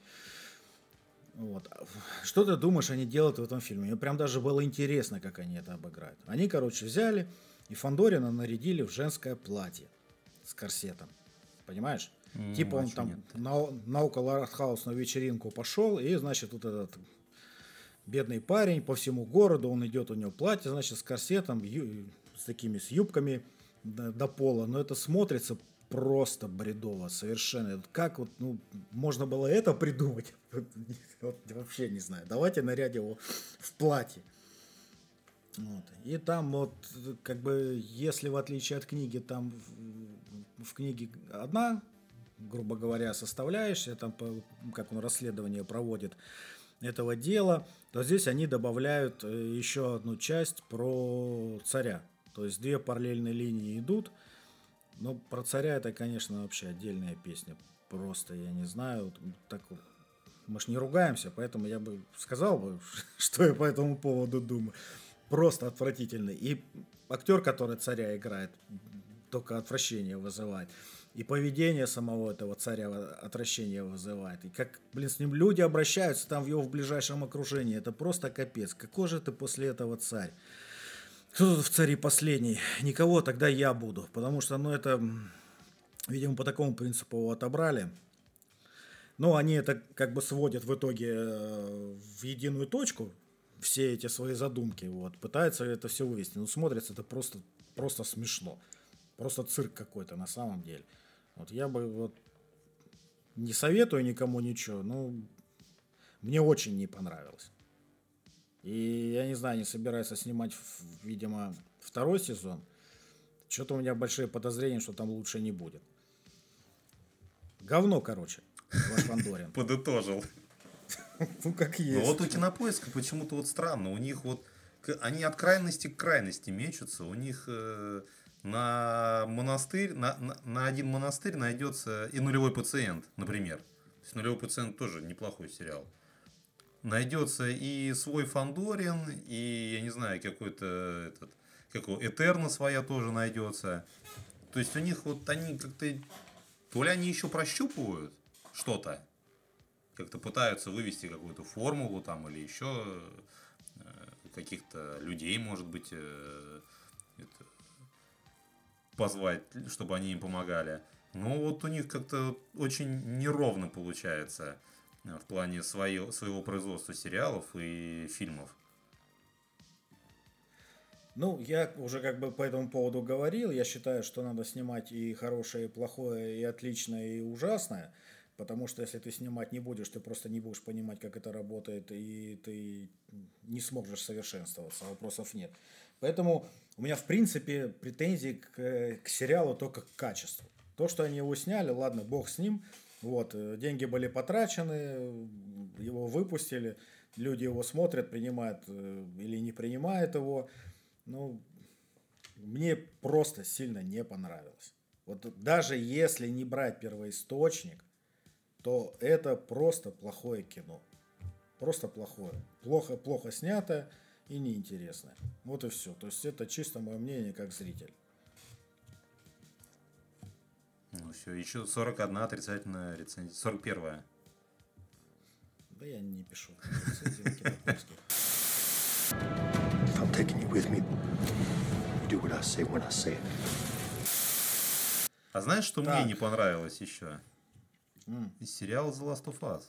Вот. Что ты думаешь, они делают в этом фильме? Мне прям даже было интересно, как они это обыграют. Они, короче, взяли и Фандорина нарядили в женское платье с корсетом. Понимаешь? Типа он там на около артхаусную вечеринку пошел, и, значит, вот этот бедный парень по всему городу, он идет, у него платье, значит, с корсетом, с такими, с юбками до пола, но это смотрится просто бредово, совершенно. Как вот, ну, можно было это придумать? Вот, вообще не знаю. Давайте нарядим его в платье. Вот. И там вот, как бы, если в отличие от книги, там в книге одна, грубо говоря, составляющая, там, как он расследование проводит этого дела, то здесь они добавляют еще одну часть про царя. То есть 2 параллельные линии идут. Но про царя это, конечно, вообще отдельная песня. Просто, я не знаю, так, мы ж не ругаемся, поэтому я бы сказал бы, что я по этому поводу думаю. Просто отвратительный. И актер, который царя играет, только отвращение вызывает. И поведение самого этого царя отвращение вызывает. И как, блин, с ним люди обращаются там в его ближайшем окружении. Это просто капец. Какой же ты после этого царь? Кто тут в цари последний? Никого, тогда я буду. Потому что, ну, это, видимо, по такому принципу его отобрали. Но они это как бы сводят в итоге в единую точку. Все эти свои задумки. Вот. Пытаются это все вывести. Но смотрится это просто смешно. Просто цирк какой-то на самом деле. Вот я бы вот не советую никому ничего, но мне очень не понравилось. И я не знаю, они собираются снимать, видимо, 2 сезон. Что-то у меня большие подозрения, что там лучше не будет. Говно, короче, ваш Фандорин. Подытожил. Ну, как Но есть. вот у Кинопоиска почему-то вот странно. У них вот они от крайности к крайности мечутся. У них на монастырь, на один монастырь найдется и нулевой пациент, например. То есть нулевой пациент тоже неплохой сериал. Найдется и свой Фандорин, и, я не знаю, какой-то этот, как его, Этерна своя тоже найдется. То есть у них вот они как-то, то ли они еще прощупывают что-то, как-то пытаются вывести какую-то формулу там, или еще каких-то людей, может быть, позвать, чтобы они им помогали. Но вот у них как-то очень неровно получается в плане своего производства сериалов и фильмов. Ну, я уже как бы по этому поводу говорил. Я считаю, что надо снимать и хорошее, и плохое, и отличное, и ужасное. Потому что если ты снимать не будешь, ты просто не будешь понимать, как это работает, и ты не сможешь совершенствоваться. Вопросов нет. Поэтому у меня, в принципе, претензий к сериалу только к качеству. То, что они его сняли, ладно, бог с ним. Вот, деньги были потрачены, его выпустили, люди его смотрят, принимают или не принимают его. Ну, мне просто сильно не понравилось. Вот даже если не брать первоисточник, то это просто плохое кино. Просто плохое. Плохо снятое и неинтересное. Вот и все. То есть это чисто мое мнение как зритель. Ну все, еще 41 отрицательная рецензия. 41-я. Да я не пишу рецензии на Кинопоиске. I'm taking you with me. You do what I say when I say it. А знаешь, что Так. мне не понравилось еще? Сериал The Last of Us.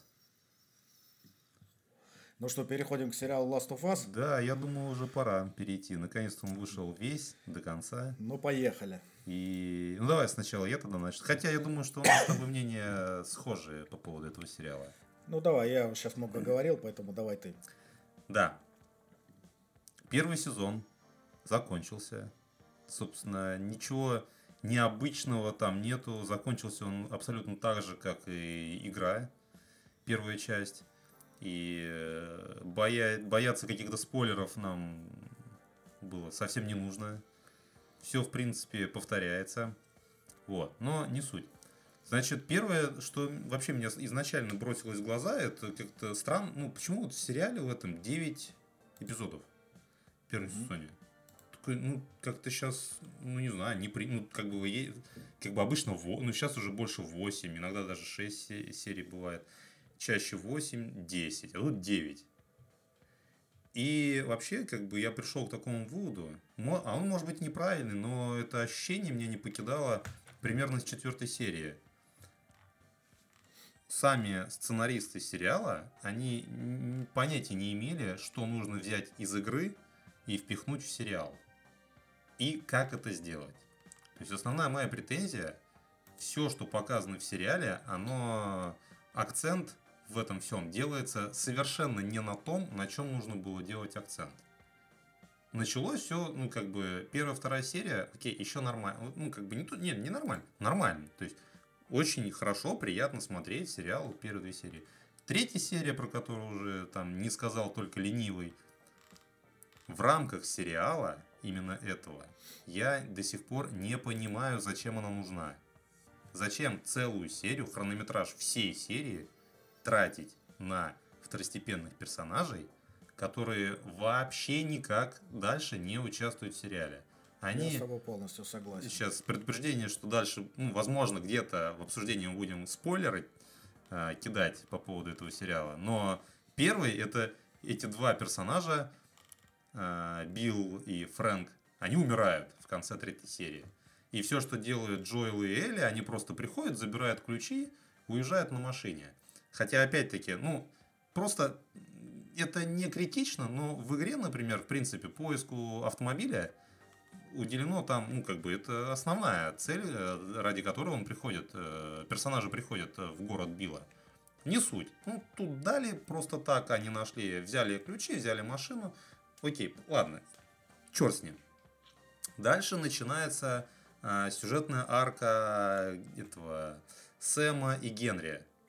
Ну что, переходим к сериалу Last of Us? Да, я думаю, уже пора перейти. Наконец-то он вышел весь до конца. Ну, поехали. И ну давай сначала я тогда начну. Хотя я думаю, что у нас с тобой мнения схожие по поводу этого сериала. Ну, давай, я сейчас много говорил, поэтому давай ты. Да. Первый сезон закончился. Собственно, ничего необычного там нету. Закончился он абсолютно так же, как и игра. Первая часть. И бояться каких-то спойлеров нам было совсем не нужно. Все, в принципе, повторяется. Вот. Но не суть. Значит, первое, что вообще меня изначально бросилось в глаза, это как-то странно. Ну, почему вот в сериале в этом 9 эпизодов в первом сезоне? Такой, ну, как-то сейчас, ну, не знаю, ну, как бы обычно, ну, сейчас уже больше 8, иногда даже 6 серий бывает. Чаще 8, 10, а тут 9. И вообще, как бы я пришел к такому выводу, а он может быть неправильный, но это ощущение меня не покидало примерно с 4 серии. Сами сценаристы сериала, они понятия не имели, что нужно взять из игры и впихнуть в сериал. И как это сделать. То есть основная моя претензия, все, что показано в сериале, акцент в этом всем делается совершенно не на том, на чем нужно было делать акцент. Началось все, ну, как бы, первая, вторая серия, окей, еще нормально. Ну, как бы, не нормально, нормально. То есть, очень хорошо, приятно смотреть сериал первые 2 серии. Третья серия, про которую уже там не сказал только ленивый, в рамках сериала именно этого, я до сих пор не понимаю, зачем она нужна. Зачем целую серию, хронометраж всей серии тратить на второстепенных персонажей, которые вообще никак дальше не участвуют в сериале. Я с тобой полностью согласен. Сейчас предупреждение, что дальше, ну, возможно, где-то в обсуждении мы будем спойлеры кидать по поводу этого сериала. Но первый, это эти 2 персонажа, Билл и Фрэнк, они умирают в конце 3-й серии. И все, что делают Джоэл и Элли, они просто приходят, забирают ключи, уезжают на машине. Хотя, опять-таки, ну, просто это не критично, но в игре, например, в принципе, поиску автомобиля уделено там, ну, как бы, это основная цель, ради которой персонажи приходят в город Билла. Не суть. Ну, тут дали просто так, они нашли, взяли ключи, взяли машину. Окей, ладно, черт с ним. Дальше начинается сюжетная арка этого Сэма и Генри.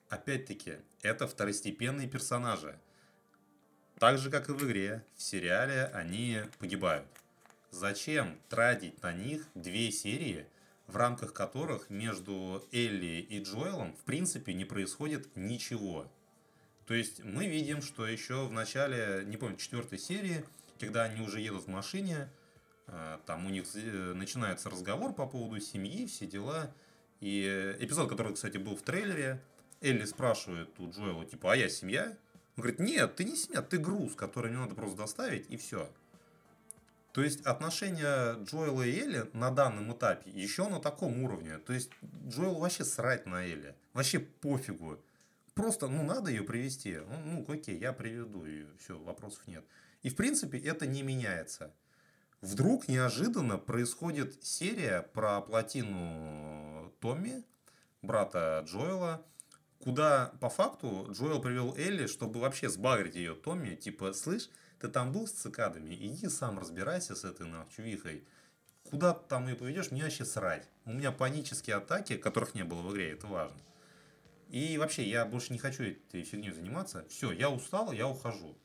опять-таки, это второстепенные персонажи. Так же, как и в игре, в сериале они погибают. Зачем тратить на них 2 серии, в рамках которых между Элли и Джоэлом в принципе не происходит ничего? То есть мы видим, что еще в начале, не помню, 4 серии, когда они уже едут в машине, там у них начинается разговор по поводу семьи, все дела. И эпизод, который, кстати, был в трейлере, Элли спрашивает у Джоэла, типа, а я семья? Он говорит, нет, ты не семья, ты груз, который мне надо просто доставить, и все. То есть отношения Джоэла и Элли на данном этапе еще на таком уровне. То есть Джоэлу вообще срать на Элли. Вообще пофигу. Просто, надо ее привезти. Окей, я приведу, и все, вопросов нет. И, в принципе, это не меняется. Вдруг неожиданно происходит серия про плотину Томми, брата Джоэла, куда, по факту, Джоэл привел Элли, чтобы вообще сбагрить ее Томми. Типа, слышь, ты там был с цикадами? Иди сам разбирайся с этой чувихой. Куда ты там ее поведешь, мне вообще срать. У меня панические атаки, которых не было в игре, это важно. И вообще, я больше не хочу этой фигней заниматься. Все, я устал, я ухожу.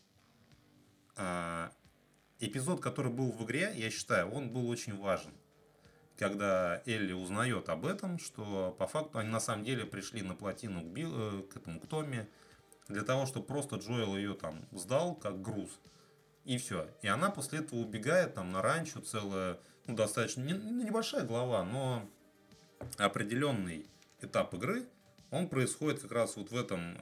Эпизод, который был в игре, я считаю, он был очень важен. Когда Элли узнает об этом, что по факту они на самом деле пришли на плотину к Томми, для того, чтобы просто Джоэл ее там сдал как груз. И все. И она после этого убегает там на ранчо, целая, достаточно небольшая глава, но определенный этап игры, он происходит как раз вот в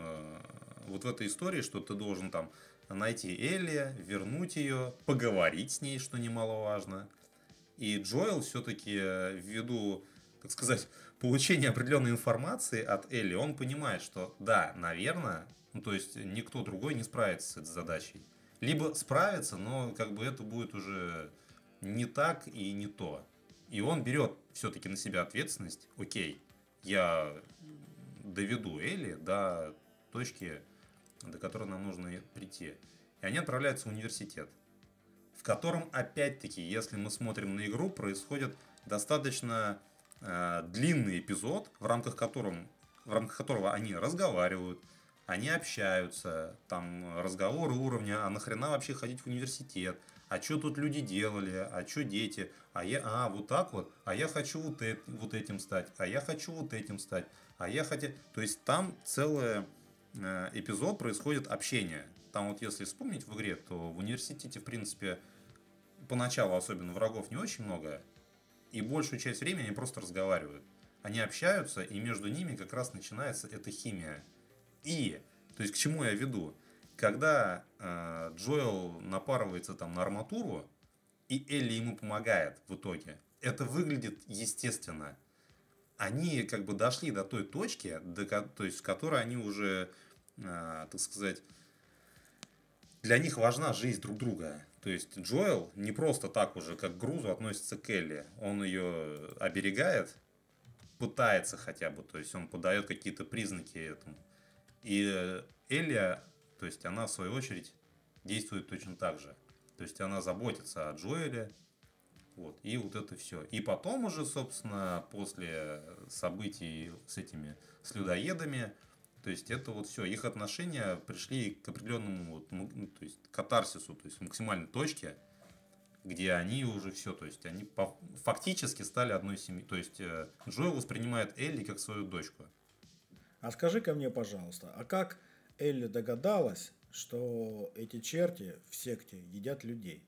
этой истории, что ты должен там найти Элли, вернуть ее, поговорить с ней, что немаловажно. И Джоэл все-таки ввиду, так сказать, получения определенной информации от Элли, он понимает, что да, наверное, то есть никто другой не справится с этой задачей. Либо справится, но это будет уже не так и не то. И он берет все-таки на себя ответственность. Окей, я доведу Элли до точки, до которой нам нужно прийти. И они отправляются в университет, в котором, опять-таки, если мы смотрим на игру, происходит достаточно длинный эпизод, в рамках которого они разговаривают, они общаются, там разговоры уровня, а нахрена вообще ходить в университет, а что тут люди делали, а что дети, вот так вот, а я хочу вот этим стать, а я хочу вот этим стать, То есть там целый эпизод происходит общение. Там вот если вспомнить в игре, то в университете, в принципе, поначалу особенно врагов не очень много, и большую часть времени они просто разговаривают. Они общаются, и между ними как раз начинается эта химия. И, то есть к чему я веду? Когда Джоэл напарывается там на арматуру, и Элли ему помогает в итоге, это выглядит естественно. Они дошли до той точки, то есть в которой они уже, так сказать, для них важна жизнь друг друга. То есть Джоэл не просто так уже как к грузу относится к Элли. Он ее оберегает, пытается хотя бы, то есть он подает какие-то признаки этому. И Элли, то есть она в свою очередь действует точно так же. То есть она заботится о Джоэле. И вот это все. И потом уже, собственно, после событий с людоедами, то есть это вот все. Их отношения пришли к определенному то есть катарсису, то есть максимальной точке, где они уже все, то есть они фактически стали одной семьей. То есть Джоэл воспринимает Элли как свою дочку. А скажи-ка мне, пожалуйста, а как Элли догадалась, что эти черти в секте едят людей?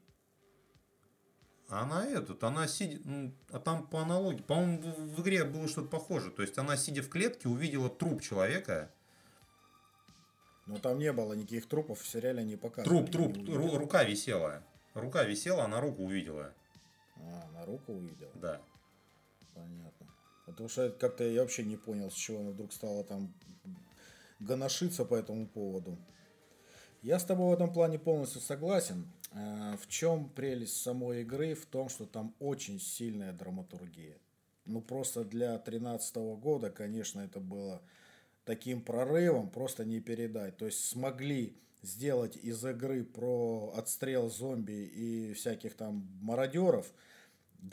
Она сидит, а там по аналогии, по-моему, в игре было что-то похожее. То есть она, сидя в клетке, увидела труп человека. Но там не было никаких трупов, в сериале не показывали. Рука висела. Рука висела, она руку увидела. Она руку увидела? Да. Понятно. Потому что как-то я вообще не понял, с чего она вдруг стала там гоношиться по этому поводу. Я с тобой в этом плане полностью согласен. В чем прелесть самой игры? В том, что там очень сильная драматургия. Просто для 2013 года, конечно, это было таким прорывом, просто не передать. То есть смогли сделать из игры про отстрел зомби и всяких там мародеров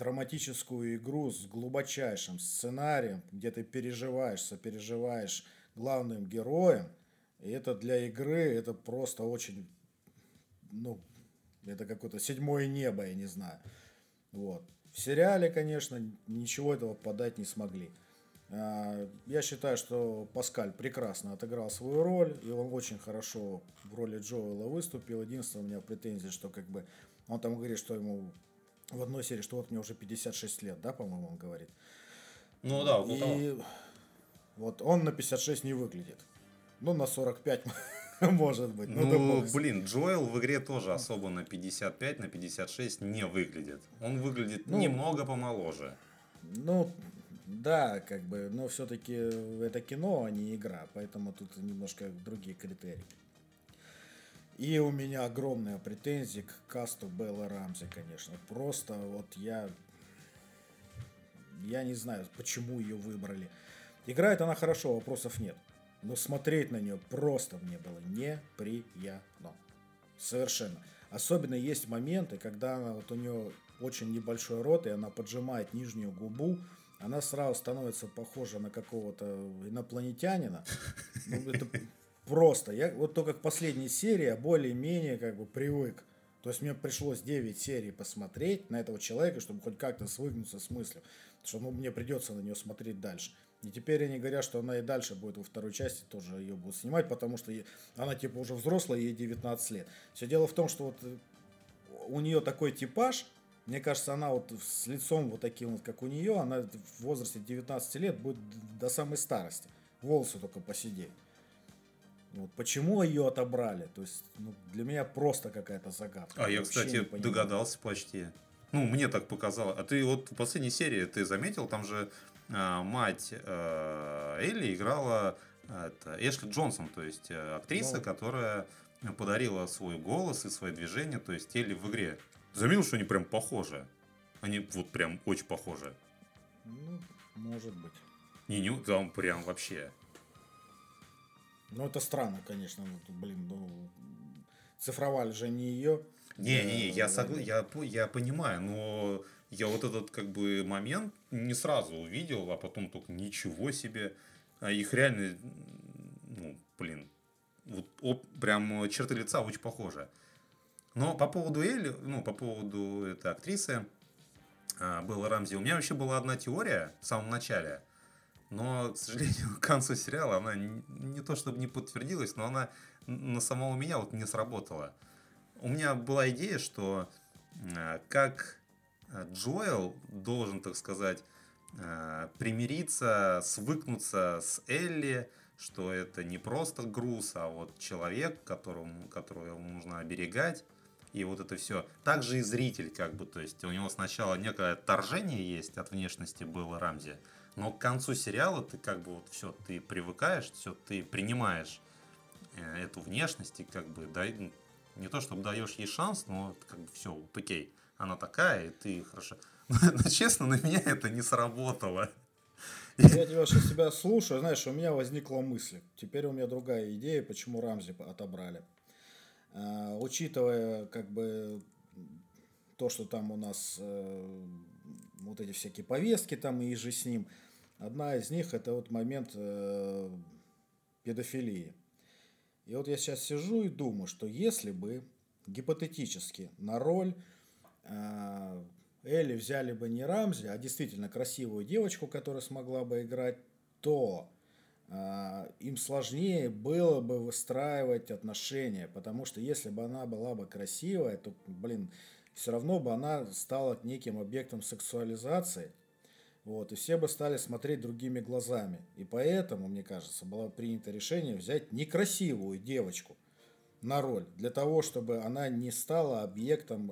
драматическую игру с глубочайшим сценарием, где ты переживаешь, сопереживаешь главным героем. И это для игры, это просто очень, ну, это какое-то седьмое небо, я не знаю. Вот. В сериале, конечно, ничего этого подать не смогли. Я считаю, что Паскаль прекрасно отыграл свою роль, и он очень хорошо в роли Джоэла выступил. Единственное, у меня претензия, что как бы он там говорит, что ему в одной серии, что вот мне уже 56 лет, да, по-моему, он говорит. Ну да, вот И вот он на 56 не выглядит. Ну, на 45 может быть. Ну, блин, Джоэл в игре тоже особо на 55, на 56 не выглядит. Он выглядит немного помоложе. Ну, да, как бы, но все-таки это кино, а не игра, поэтому тут немножко другие критерии. И у меня огромная претензия к касту Беллы Рамзи, конечно. Просто вот я не знаю, почему ее выбрали. Играет она хорошо, вопросов нет. Но смотреть на нее просто мне было неприятно. Совершенно. Особенно есть моменты, когда она, вот у нее очень небольшой рот, и она поджимает нижнюю губу, она сразу становится похожа на какого-то инопланетянина. Ну, это просто. Я вот только к последней серии я более-менее как бы привык. То есть мне пришлось 9 серий посмотреть на этого человека, чтобы хоть как-то свыкнуться с мыслью, что мне придется на нее смотреть дальше. И теперь они говорят, что она и дальше будет во второй части тоже ее будут снимать, потому что она типа уже взрослая, ей 19 лет. Все дело в том, что вот у нее такой типаж, мне кажется, она вот с лицом вот таким вот, как у нее, она в возрасте 19 лет будет до самой старости. Волосы только посидеть. Вот. Почему ее отобрали? То есть, ну, для меня просто какая-то загадка. Я, кстати, догадался почти. Ну, мне так показалось. А ты вот в последней серии, ты заметил, там же мать Элли играла Эшли Джонсон, то есть актриса, которая подарила свой голос и свои движения, то есть Элли в игре. Заметил, что они прям похожи? Они вот прям очень похожи. Ну, может быть. Не, там прям вообще. Ну, это странно, конечно. Цифровали же не ее. Не, я понимаю, но я вот этот как бы момент не сразу увидел, а потом только ничего себе. Их реально, ну, блин, вот прям черты лица очень похожи. Но по поводу Элли, ну, по поводу этой актрисы Беллы Рамзи, у меня вообще была одна теория в самом начале, но, к сожалению, к концу сериала она не то чтобы не подтвердилась, но она на самого меня вот не сработала. У меня была идея, что как Джоэл должен, так сказать, примириться, свыкнуться с Элли, что это не просто груз, а вот человек, которого ему нужно оберегать. И вот это все. Также и зритель, как бы, то есть у него сначала некое отторжение есть от внешности Беллы Рамзи, но к концу сериала ты как бы вот все, ты привыкаешь, все, ты принимаешь эту внешность и как бы не то чтобы даешь ей шанс, но как бы все, вот окей, она такая, и ты хорошо. Но честно, на меня это не сработало. Я тебя слушаю, знаешь, у меня возникла мысль. Теперь у меня другая идея, почему Рамзи отобрали. Учитывая как бы то, что там у нас вот эти всякие повестки там и же с ним, одна из них это вот момент педофилии. И вот я сейчас сижу и думаю, что если бы гипотетически на роль Элли взяли бы не Рамзи, а действительно красивую девочку, которая смогла бы играть, то им сложнее было бы выстраивать отношения, потому что если бы она была бы красивая, то, блин, все равно бы она стала неким объектом сексуализации, вот, и все бы стали смотреть другими глазами. И поэтому, мне кажется, было принято решение взять некрасивую девочку на роль, для того, чтобы она не стала объектом,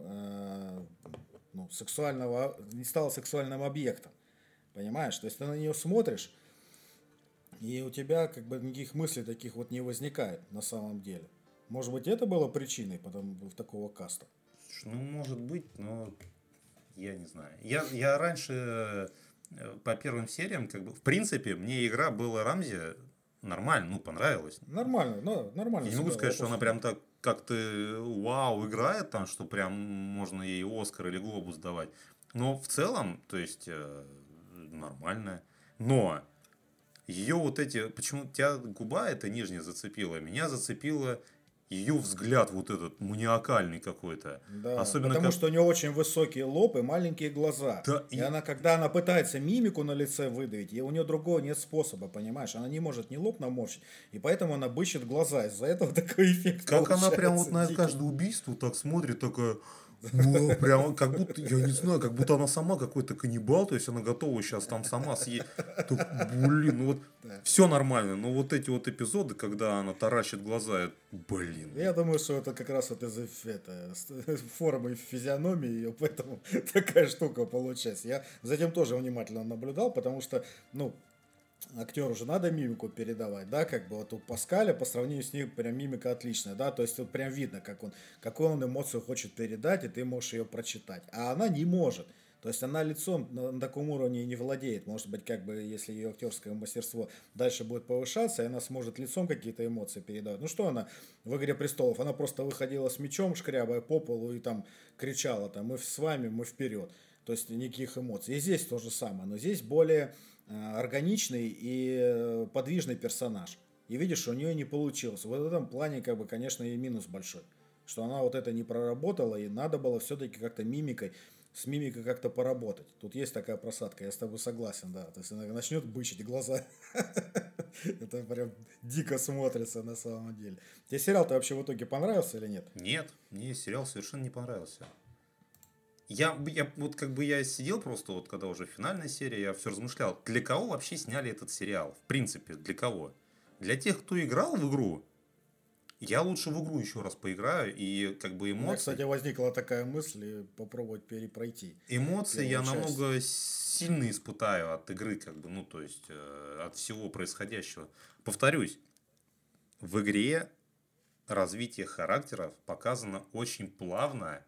не стала сексуальным объектом. Понимаешь? То есть ты на нее смотришь, и у тебя как бы никаких мыслей таких вот не возникает на самом деле. Может быть, это было причиной в такого каста? Ну, может быть, но я не знаю. Я раньше по первым сериям, как бы, в принципе, мне игра Беллы Рамзи нормально, ну, понравилась. Нормально. Я не могу сказать, что она прям так как-то вау играет, там, что прям можно ей Оскар или Глобус давать. Но в целом, то есть, нормально. Но Ее вот эти... Почему тебя губа эта нижняя зацепила? Меня зацепила ее взгляд вот этот маниакальный какой-то. Да, Особенно потому что у нее очень высокий лоб и маленькие глаза. Да, и она, когда она пытается мимику на лице выдавить, и у нее другого нет способа, понимаешь? Она не может ни лоб наморщить, и поэтому она бычит глаза. Из-за этого такой эффект как она прям вот на дикий. каждое убийство так смотрит, такая... Ну, прям как будто, я не знаю, как будто она сама какой-то каннибал, то есть она готова сейчас там сама съесть. Блин, ну вот все нормально, но вот эти вот эпизоды, когда она таращит глаза, блин. Я думаю, что это как раз вот из-за формы физиономии ее, поэтому такая штука получается. Я за этим тоже внимательно наблюдал, потому что, ну, актеру же надо мимику передавать, да, как бы вот у Паскаля по сравнению с ним прям мимика отличная, да, то есть вот прям видно, какую он эмоцию хочет передать, и ты можешь ее прочитать, а она не может, то есть она лицом на таком уровне не владеет, может быть, как бы, если ее актерское мастерство дальше будет повышаться, и она сможет лицом какие-то эмоции передавать, ну что она в «Игре престолов», она просто выходила с мечом, шкрябая по полу и там кричала, там, мы с вами, мы вперед, то есть никаких эмоций, и здесь то же самое, но здесь более органичный и подвижный персонаж. И видишь, что у нее не получилось. Вот в этом плане, как бы, конечно, и минус большой. Что она вот это не проработала, и надо было все-таки как-то с мимикой как-то поработать. Тут есть такая просадка, я с тобой согласен, да. То есть она начнет бычить глаза. Это прям дико смотрится на самом деле. Тебе сериал-то вообще в итоге понравился или нет? Нет, мне сериал совершенно не понравился. Я вот как бы я сидел просто, вот когда уже финальная серия, я все размышлял, для кого вообще сняли этот сериал? В принципе, для кого? Для тех, кто играл в игру? Я лучше в игру еще раз поиграю, и как бы У меня, эмоции... кстати, возникла такая мысль попробовать перепройти. Эмоции я намного сильно испытаю от игры, как бы, ну, то есть, от всего происходящего. Повторюсь, в игре развитие характеров показано очень плавно,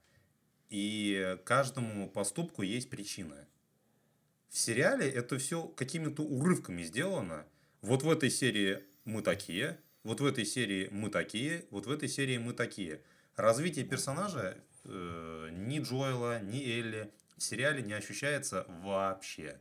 и каждому поступку есть причина. В сериале это все какими-то урывками сделано. Вот в этой серии мы такие, вот в этой серии мы такие, вот в этой серии мы такие. Развитие персонажа ни Джоэла, ни Элли в сериале не ощущается вообще.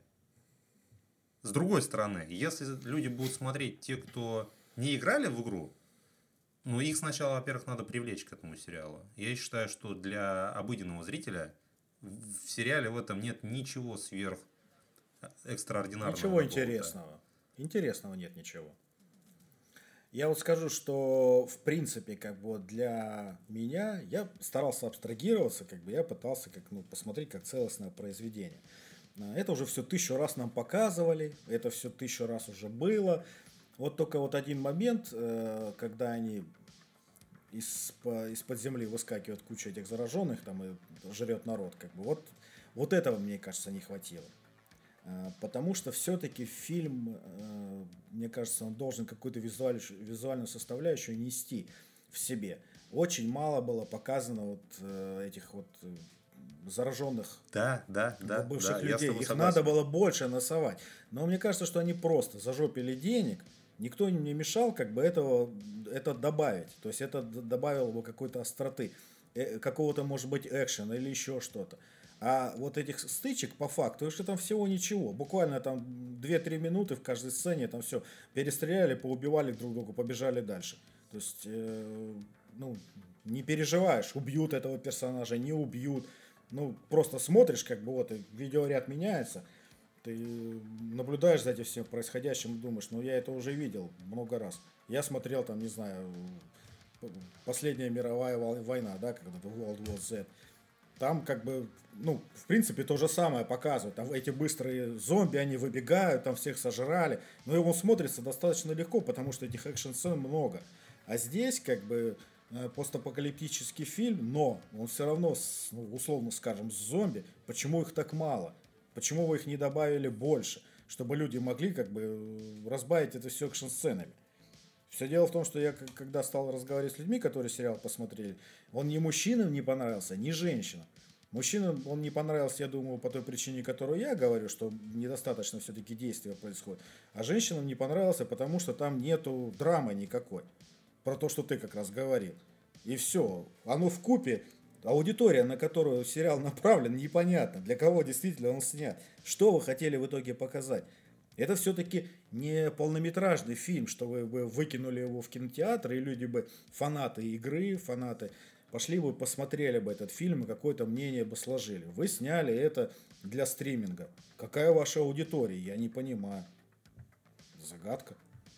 С другой стороны, если люди будут смотреть те, кто не играли в игру, ну, их сначала, во-первых, надо привлечь к этому сериалу. Я считаю, что для обыденного зрителя в сериале в этом нет ничего сверх экстраординарного. Ничего интересного. Интересного нет ничего. Я вот скажу, что в принципе, как бы вот для меня, я старался абстрагироваться, как бы я пытался посмотреть как целостное произведение. Это уже все 1000 раз нам показывали, это все 1000 раз уже было. Вот только вот один момент, когда они из-под земли выскакивает куча этих зараженных, там и жрет народ, как бы вот этого, мне кажется, не хватило. Потому что все-таки фильм, мне кажется, он должен какую-то визуальную составляющую нести в себе. Очень мало было показано вот этих вот зараженных бывших людей. Их надо было больше насовать. Но мне кажется, что они просто зажопили денег. Никто им не мешал как бы это добавить. То есть это добавило бы какой-то остроты, какого-то, может быть, экшена или еще что-то. А вот этих стычек по факту, что там всего ничего. Буквально там 2-3 минуты в каждой сцене там все перестреляли, поубивали друг друга, побежали дальше. То есть, не переживаешь, убьют этого персонажа, не убьют. Ну, просто смотришь, как бы вот видеоряд меняется. Ты наблюдаешь за этим всем происходящим и думаешь, я это уже видел много раз. Я смотрел там, не знаю, Последняя мировая война, да, когда World War Z. Там как бы, в принципе, то же самое показывают. Там эти быстрые зомби, они выбегают, там всех сожрали. Но его смотрится достаточно легко, потому что этих экшн-сцен много. А здесь как бы постапокалиптический фильм, но он все равно, условно скажем, с зомби. Почему их так мало? Почему вы их не добавили больше? Чтобы люди могли как бы разбавить это все экшн-сценами. Все дело в том, что я когда стал разговаривать с людьми, которые сериал посмотрели, он ни мужчинам не понравился, ни женщинам. Мужчинам он не понравился, я думаю, по той причине, которую я говорю, что недостаточно все-таки действия происходит. А женщинам не понравился, потому что там нету драмы никакой. Про то, что ты как раз говорил. И все. Оно вкупе. Аудитория, на которую сериал направлен, непонятно. Для кого действительно он снят. Что вы хотели в итоге показать? Это все-таки не полнометражный фильм, что вы бы выкинули его в кинотеатр, и люди бы, фанаты игры, фанаты, пошли бы, посмотрели бы этот фильм и какое-то мнение бы сложили. Вы сняли это для стриминга. Какая ваша аудитория? Я не понимаю. Загадка.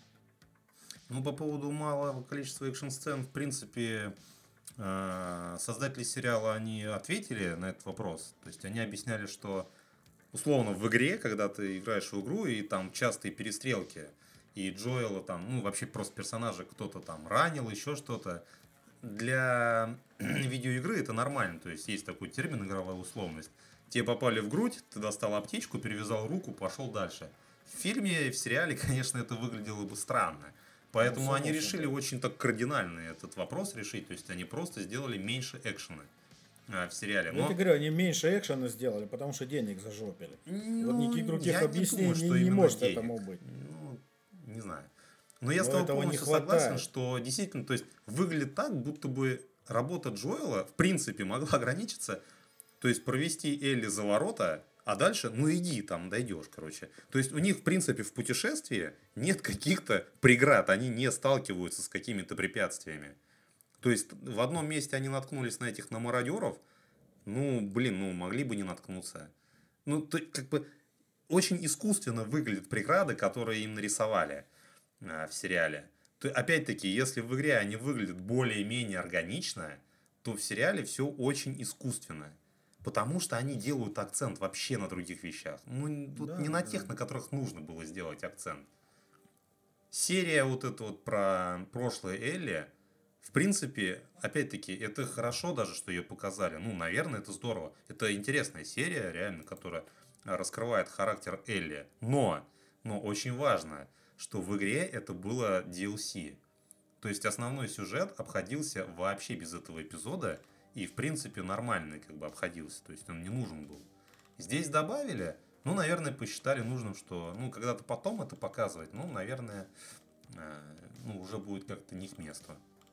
Ну, по поводу малого количества экшн-сцен, в принципе, создатели сериала, они ответили на этот вопрос. То есть, они объясняли, что условно в игре, когда ты играешь в игру, и там частые перестрелки, и Джоэла там, ну, вообще просто персонажа кто-то там ранил, еще что-то. Для видеоигры это нормально. То есть, есть такой термин игровая условность. Тебе попали в грудь, ты достал аптечку, перевязал руку, пошел дальше. В фильме и в сериале, конечно, это выглядело бы странно. Поэтому они решили очень так кардинально этот вопрос решить. То есть они просто сделали меньше экшена в сериале. Но... Я тебе говорю, они меньше экшена сделали, потому что денег зажопили. Вот никаких других объяснений не может денег этому быть. Ну, не знаю. Но я с тобой полностью согласен, что действительно, то есть выглядит так, будто бы работа Джоэла в принципе могла ограничиться, то есть провести Элли за ворота, а дальше, ну иди, там дойдешь, короче. То есть у них, в принципе, в путешествии нет каких-то преград, они не сталкиваются с какими-то препятствиями. То есть в одном месте они наткнулись на этих на мародеров, ну, блин, ну могли бы не наткнуться. Ну, то, как бы очень искусственно выглядят преграды, которые им нарисовали в сериале. То, опять-таки, если в игре они выглядят более-менее органично, то в сериале все очень искусственно. Потому что они делают акцент вообще на других вещах. Ну, тут не на тех, на которых нужно было сделать акцент. Серия вот эта вот про прошлое Элли, в принципе, опять-таки, это хорошо даже, что ее показали. Ну, наверное, это здорово. Это интересная серия, реально, которая раскрывает характер Элли. Но очень важно, что в игре это было DLC. То есть основной сюжет обходился вообще без этого эпизода. И, в принципе, нормально как бы обходился. То есть он не нужен был. Здесь добавили, ну, наверное, посчитали нужным, что, ну, когда-то потом это показывать, ну, наверное, ну, уже будет как-то не к месту.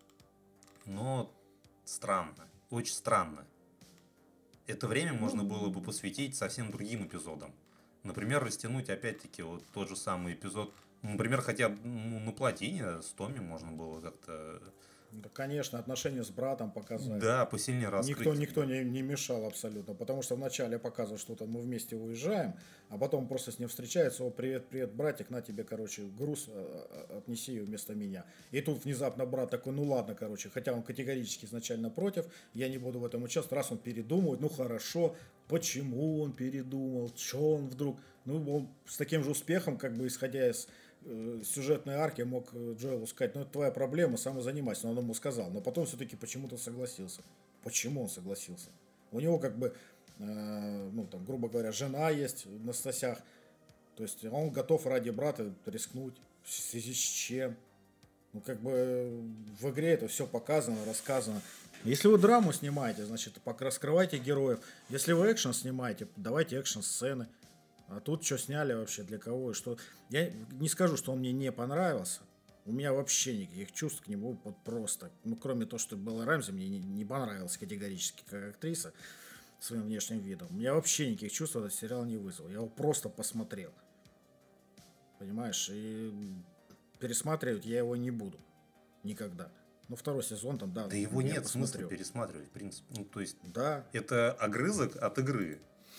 Но странно, очень странно. Это время можно было бы посвятить совсем другим эпизодам. Например, растянуть, опять-таки, вот тот же самый эпизод. Например, хотя на плотине с Томми можно было как-то... Да, конечно, отношения с братом показать. Да, посильнее раскрыть. Никто не мешал абсолютно, потому что вначале показывают, что там мы вместе уезжаем, а потом просто с ним встречаются: о, привет, братик, на тебе, короче, груз, отнеси ее вместо меня. И тут внезапно брат такой: ну ладно, короче, хотя он категорически изначально против, я не буду в этом участвовать, раз он передумывает, ну хорошо, почему он передумал, что он вдруг, ну он с таким же успехом, как бы исходя из сюжетной арки, мог Джоэлу сказать: ну это твоя проблема, сам и занимайся. Но он ему сказал, но потом все-таки почему-то согласился. Почему он согласился? У него как бы, ну там, грубо говоря, жена есть на Стасях. То есть он готов ради брата рискнуть. В связи с чем? Ну как бы в игре это все показано, рассказано. Если вы драму снимаете, значит, раскрывайте героев. Если вы экшен снимаете, давайте экшн-сцены. А тут что сняли вообще, для кого и что. Я не скажу, что он мне не понравился. У меня вообще никаких чувств к нему вот просто. Ну, кроме того, что Белла Рамзи мне не понравилась категорически как актриса своим внешним видом. У меня вообще никаких чувств этот сериал не вызвал. Я его просто посмотрел. Понимаешь? И пересматривать я его не буду. Никогда. Ну, второй сезон там, да. Да его нет смысла пересматривать, в принципе. Ну, то есть, да. Это огрызок от игры.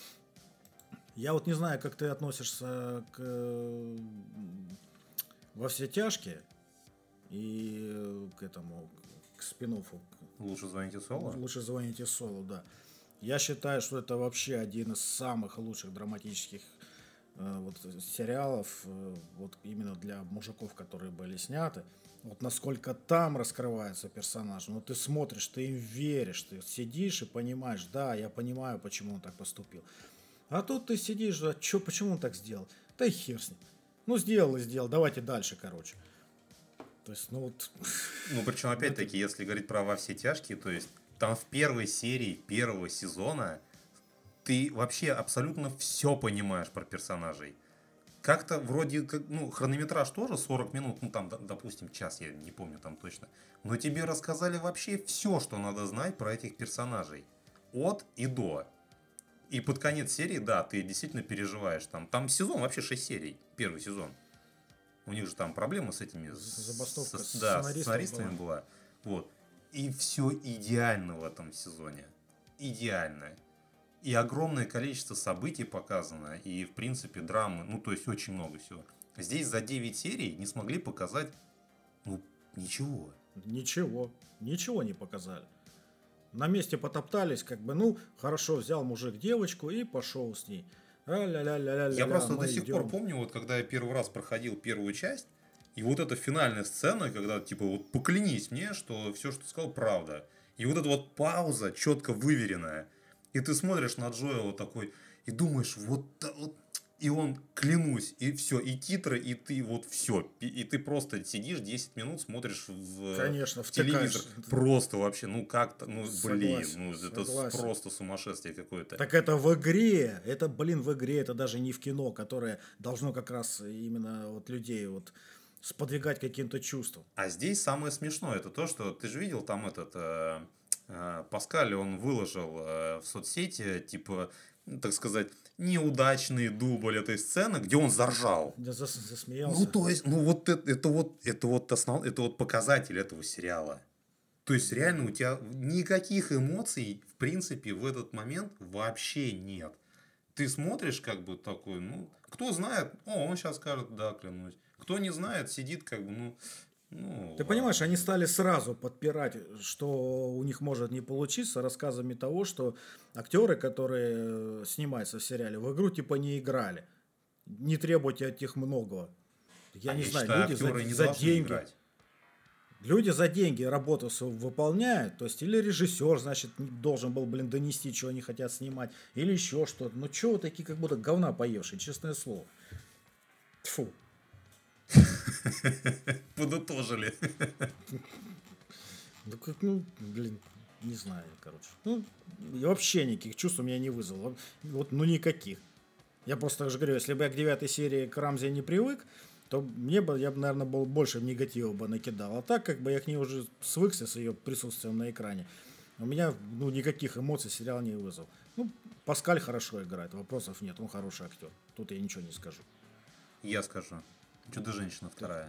Я вот не знаю, как ты относишься во все тяжкие и к этому, к спин-оффу. Лучше звоните Соло? Лучше звоните Соло, да. Я считаю, что это вообще один из самых лучших драматических вот, сериалов, вот именно для мужиков, которые были сняты. Вот насколько там раскрывается персонаж. Ну, ты смотришь, ты им веришь, ты сидишь и понимаешь: да, я понимаю, почему он так поступил. А тут ты сидишь: а чё, почему он так сделал? Да и хер с ним. Ну, сделал и сделал, давайте дальше, короче. То есть, ну вот... Ну, причем, опять-таки, если говорить про «Во все тяжкие», то есть, там в первой серии первого сезона ты вообще абсолютно все понимаешь про персонажей. Как-то вроде, ну, хронометраж тоже 40 минут, ну, там, допустим, час, я не помню там точно. Но тебе рассказали вообще все, что надо знать про этих персонажей. От и до. И под конец серии, да, ты действительно переживаешь. Там сезон, вообще 6 серий, первый сезон. У них же там проблемы с этими... Забастовка с сценаристами была. Вот. И все идеально в этом сезоне. Идеально. И огромное количество событий показано. И, в принципе, драмы. Ну, то есть, очень много всего. Здесь за 9 серий не смогли показать, ну, ничего. Ничего не показали. На месте потоптались, как бы, ну, хорошо, взял мужик девочку и пошел с ней. Я просто до сих пор помню, вот когда я первый раз проходил первую часть, и вот эта финальная сцена, когда, типа, вот поклянись мне, что все, что ты сказал, правда. И вот эта вот пауза, четко выверенная. И ты смотришь на Джоэла такой, и думаешь, вот, и он, клянусь, и все, и титры, и ты вот все. И ты просто сидишь 10 минут, смотришь в телевизор. Просто вообще, ну как-то, ну блин, ну это просто сумасшествие какое-то. Так это в игре, в игре, это даже не в кино, которое должно как раз именно вот людей вот сподвигать каким-то чувствам. А здесь самое смешное, это то, что ты же видел там Паскаль, он выложил в соцсети, типа, так сказать, неудачный дубль этой сцены, где он заржал. Да, засмеялся. Ну, то есть, ну, вот это вот показатель этого сериала. То есть, реально, у тебя никаких эмоций, в принципе, в этот момент вообще нет. Ты смотришь, как бы, такой, ну, кто знает, он сейчас скажет, да, клянусь. Кто не знает, сидит, как бы, Ты понимаешь, они стали сразу подпирать, что у них может не получиться, рассказами того, что актеры, которые снимаются в сериале, в игру типа не играли. Не требуйте от них многого. Я не знаю, считаю, люди за деньги. Играть. Люди за деньги работу свою выполняют. То есть, или режиссер, значит, должен был, донести, что они хотят снимать, или еще что-то. Ну, чего такие, как будто говна поевшие, честное слово. Тьфу. Подытожили. Не знаю, короче. Вообще никаких чувств у меня не вызвало. Вот, никаких. Я просто же говорю, если бы я к 9 серии к Рамзе не привык, то я бы, наверное, больше негатива бы накидал. А так, как бы я к ней уже свыкся с ее присутствием на экране. У меня, никаких эмоций сериал не вызвал. Паскаль хорошо играет, вопросов нет, он хороший актер. Тут я ничего не скажу. Я скажу. Чудо-женщина вторая.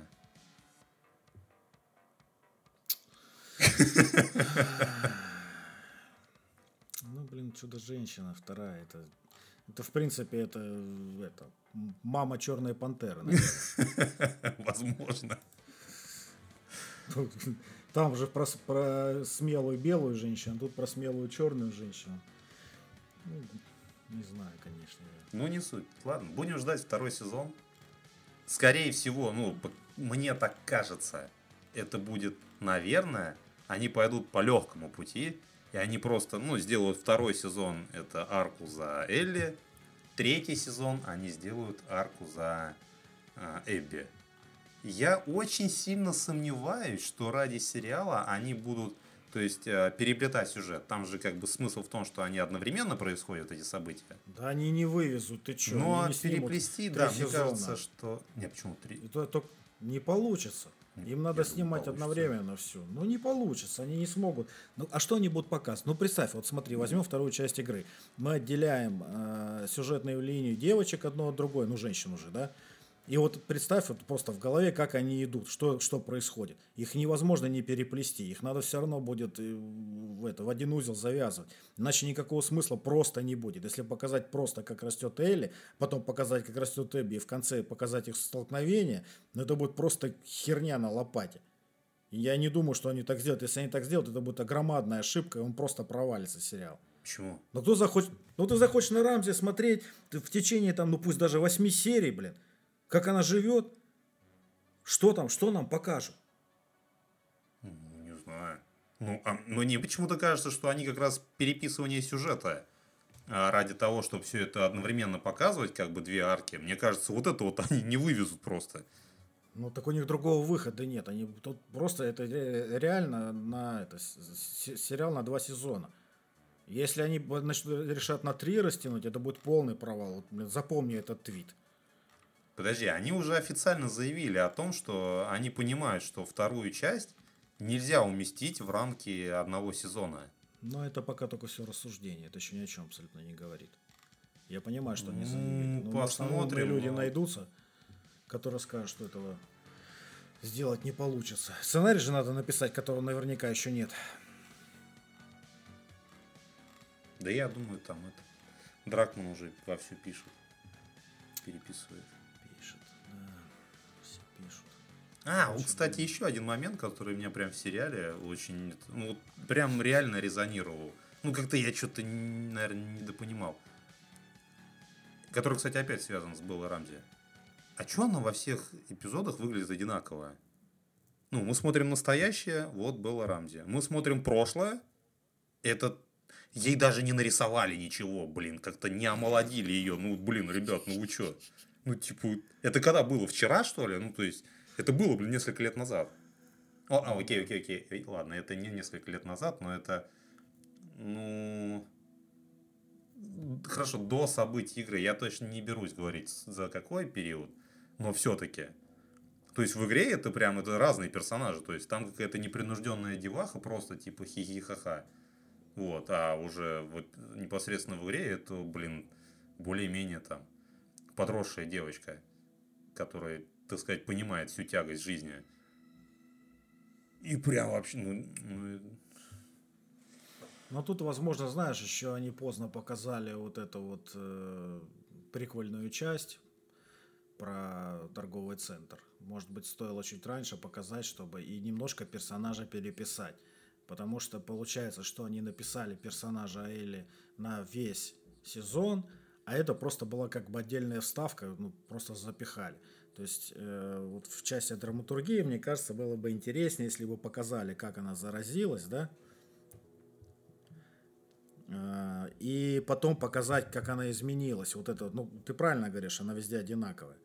Чудо-женщина вторая. Это в принципе, это мама Черной пантеры. Возможно. Там же про смелую белую женщину, тут про смелую черную женщину. Не знаю, конечно. Не суть. Ладно, будем ждать второй сезон. Скорее всего, мне так кажется, это будет, наверное, они пойдут по легкому пути, и они просто, сделают второй сезон, это арку за Элли, третий сезон они сделают арку за Эбби. Я очень сильно сомневаюсь, что ради сериала они будут, то есть, переплетать сюжет. Там же как бы смысл в том, что они одновременно происходят, эти события. Да они не вывезут, ты чё? Но переплести, да, мне кажется, что... Нет, почему 3? Это не получится. Им надо снимать одновременно все. Не получится, они не смогут. А что они будут показывать? Представь, вот смотри, возьмем вторую часть игры. Мы отделяем сюжетную линию девочек одно от другой, женщин уже, да? И вот представь вот просто в голове, как они идут, что происходит. Их невозможно не переплести, их надо все равно будет в один узел завязывать. Иначе никакого смысла просто не будет. Если показать просто, как растет Элли, потом показать, как растет Эбби, и в конце показать их столкновение, это будет просто херня на лопате. И я не думаю, что они так сделают. Если они так сделают, это будет громадная ошибка, и он просто провалится, сериал. Почему? Кто захочет... ты захочешь на Рамзе смотреть в течение, пусть даже 8 серий, как она живет, что нам покажут? Не знаю. Мне почему-то кажется, что они как раз переписывание сюжета ради того, чтобы все это одновременно показывать, как бы две арки. Мне кажется, вот это вот они не вывезут просто. Так у них другого выхода нет. Они тут просто это реально сериал на 2 сезона. Если они решат на 3 растянуть, это будет полный провал. Запомни этот твит. Подожди, они уже официально заявили о том, что они понимают, что вторую часть нельзя уместить в рамки одного сезона. Но это пока только все рассуждение, это еще ни о чем абсолютно не говорит. Я понимаю, что они заебали. Но посмотрим. люди найдутся, которые скажут, что этого сделать не получится. Сценарий же надо написать, которого наверняка еще нет. Да я думаю, там это... Дракман уже вовсю пишет. Переписывает. Пишет, да. Все пишут. Вот, кстати, еще один момент, который меня прям в сериале очень... Ну, вот прям реально резонировал. Ну, как-то я что-то, наверное, недопонимал. Который, кстати, опять связан с Беллой Рамзи. А чё она во всех эпизодах выглядит одинаково? Ну, мы смотрим настоящее, вот Белла Рамзи. Мы смотрим прошлое, это... Ей даже не нарисовали ничего, блин, как-то не омолодили ее. Ну, блин, ребят, ну вы чё? Ну, типа, это когда было? Вчера, что ли? Ну, то есть, это было, блин, несколько лет назад. Окей. Ладно, это не несколько лет назад, но это, ну... Хорошо, до событий игры. Я точно не берусь говорить, за какой период, но все-таки. То есть, в игре это прям, это разные персонажи. То есть, там какая-то непринужденная деваха, просто типа хихи-ха-ха. Вот, а уже вот непосредственно в игре это, блин, более-менее там подросшая девочка, которая, так сказать, понимает всю тягость жизни. И прям вообще, Но тут, возможно, знаешь, еще они поздно показали вот эту вот приквельную часть про торговый центр. Может быть, стоило чуть раньше показать, чтобы и немножко персонажа переписать. Потому что получается, что они написали персонажа Элли на весь сезон, а это просто была как бы отдельная вставка, ну, просто запихали. То есть вот в части драматургии, мне кажется, было бы интереснее, если бы показали, как она заразилась, да, и потом показать, как она изменилась. Вот это, ну, ты правильно говоришь, она везде одинаковая.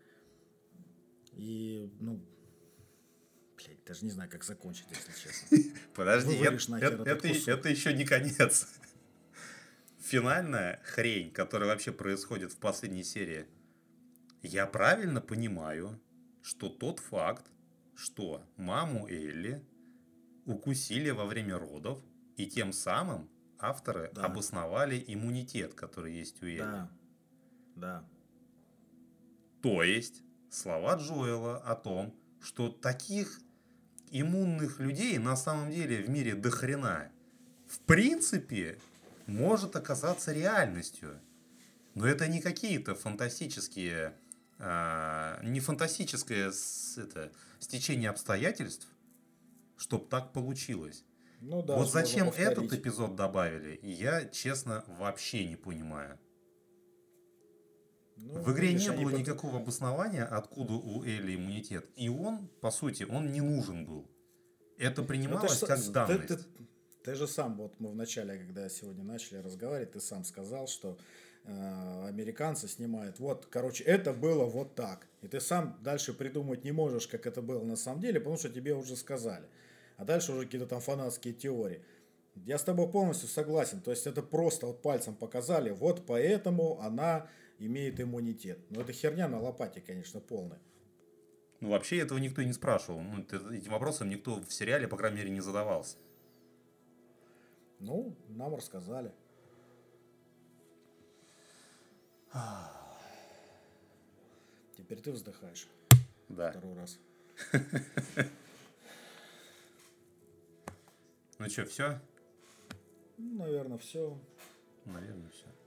И, ну, блядь, даже не знаю, как закончить, если честно. Подожди, это еще не конец. Финальная хрень, которая вообще происходит в последней серии. Я правильно понимаю, что тот факт, что маму Элли укусили во время родов, и тем самым авторы обосновали иммунитет, который есть у Элли. Да. То есть, слова Джоэла о том, что таких иммунных людей на самом деле в мире до хрена, в принципе, может оказаться реальностью. Но это не какие-то фантастические, не фантастическое стечение обстоятельств, чтобы так получилось. Ну, да, вот зачем этот эпизод добавили, я, честно, вообще не понимаю. Ну, в игре не было никакого обоснования, откуда у Элли иммунитет. И он, по сути, он не нужен был. Это принималось как данность. Ты же сам, вот мы в начале, когда сегодня начали разговаривать, ты сам сказал, что американцы снимают, вот, короче, это было вот так. И ты сам дальше придумать не можешь, как это было на самом деле, потому что тебе уже сказали. А дальше уже какие-то там фанатские теории. Я с тобой полностью согласен. То есть это просто вот пальцем показали, вот поэтому она имеет иммунитет. Но это херня на лопате, конечно, полная. Ну, вообще этого никто не спрашивал. Ну, этим вопросом никто в сериале, по крайней мере, не задавался. Ну, нам рассказали. Теперь ты вздыхаешь. Да. Второй раз. Ну что, все? Наверное, все. Наверное, все.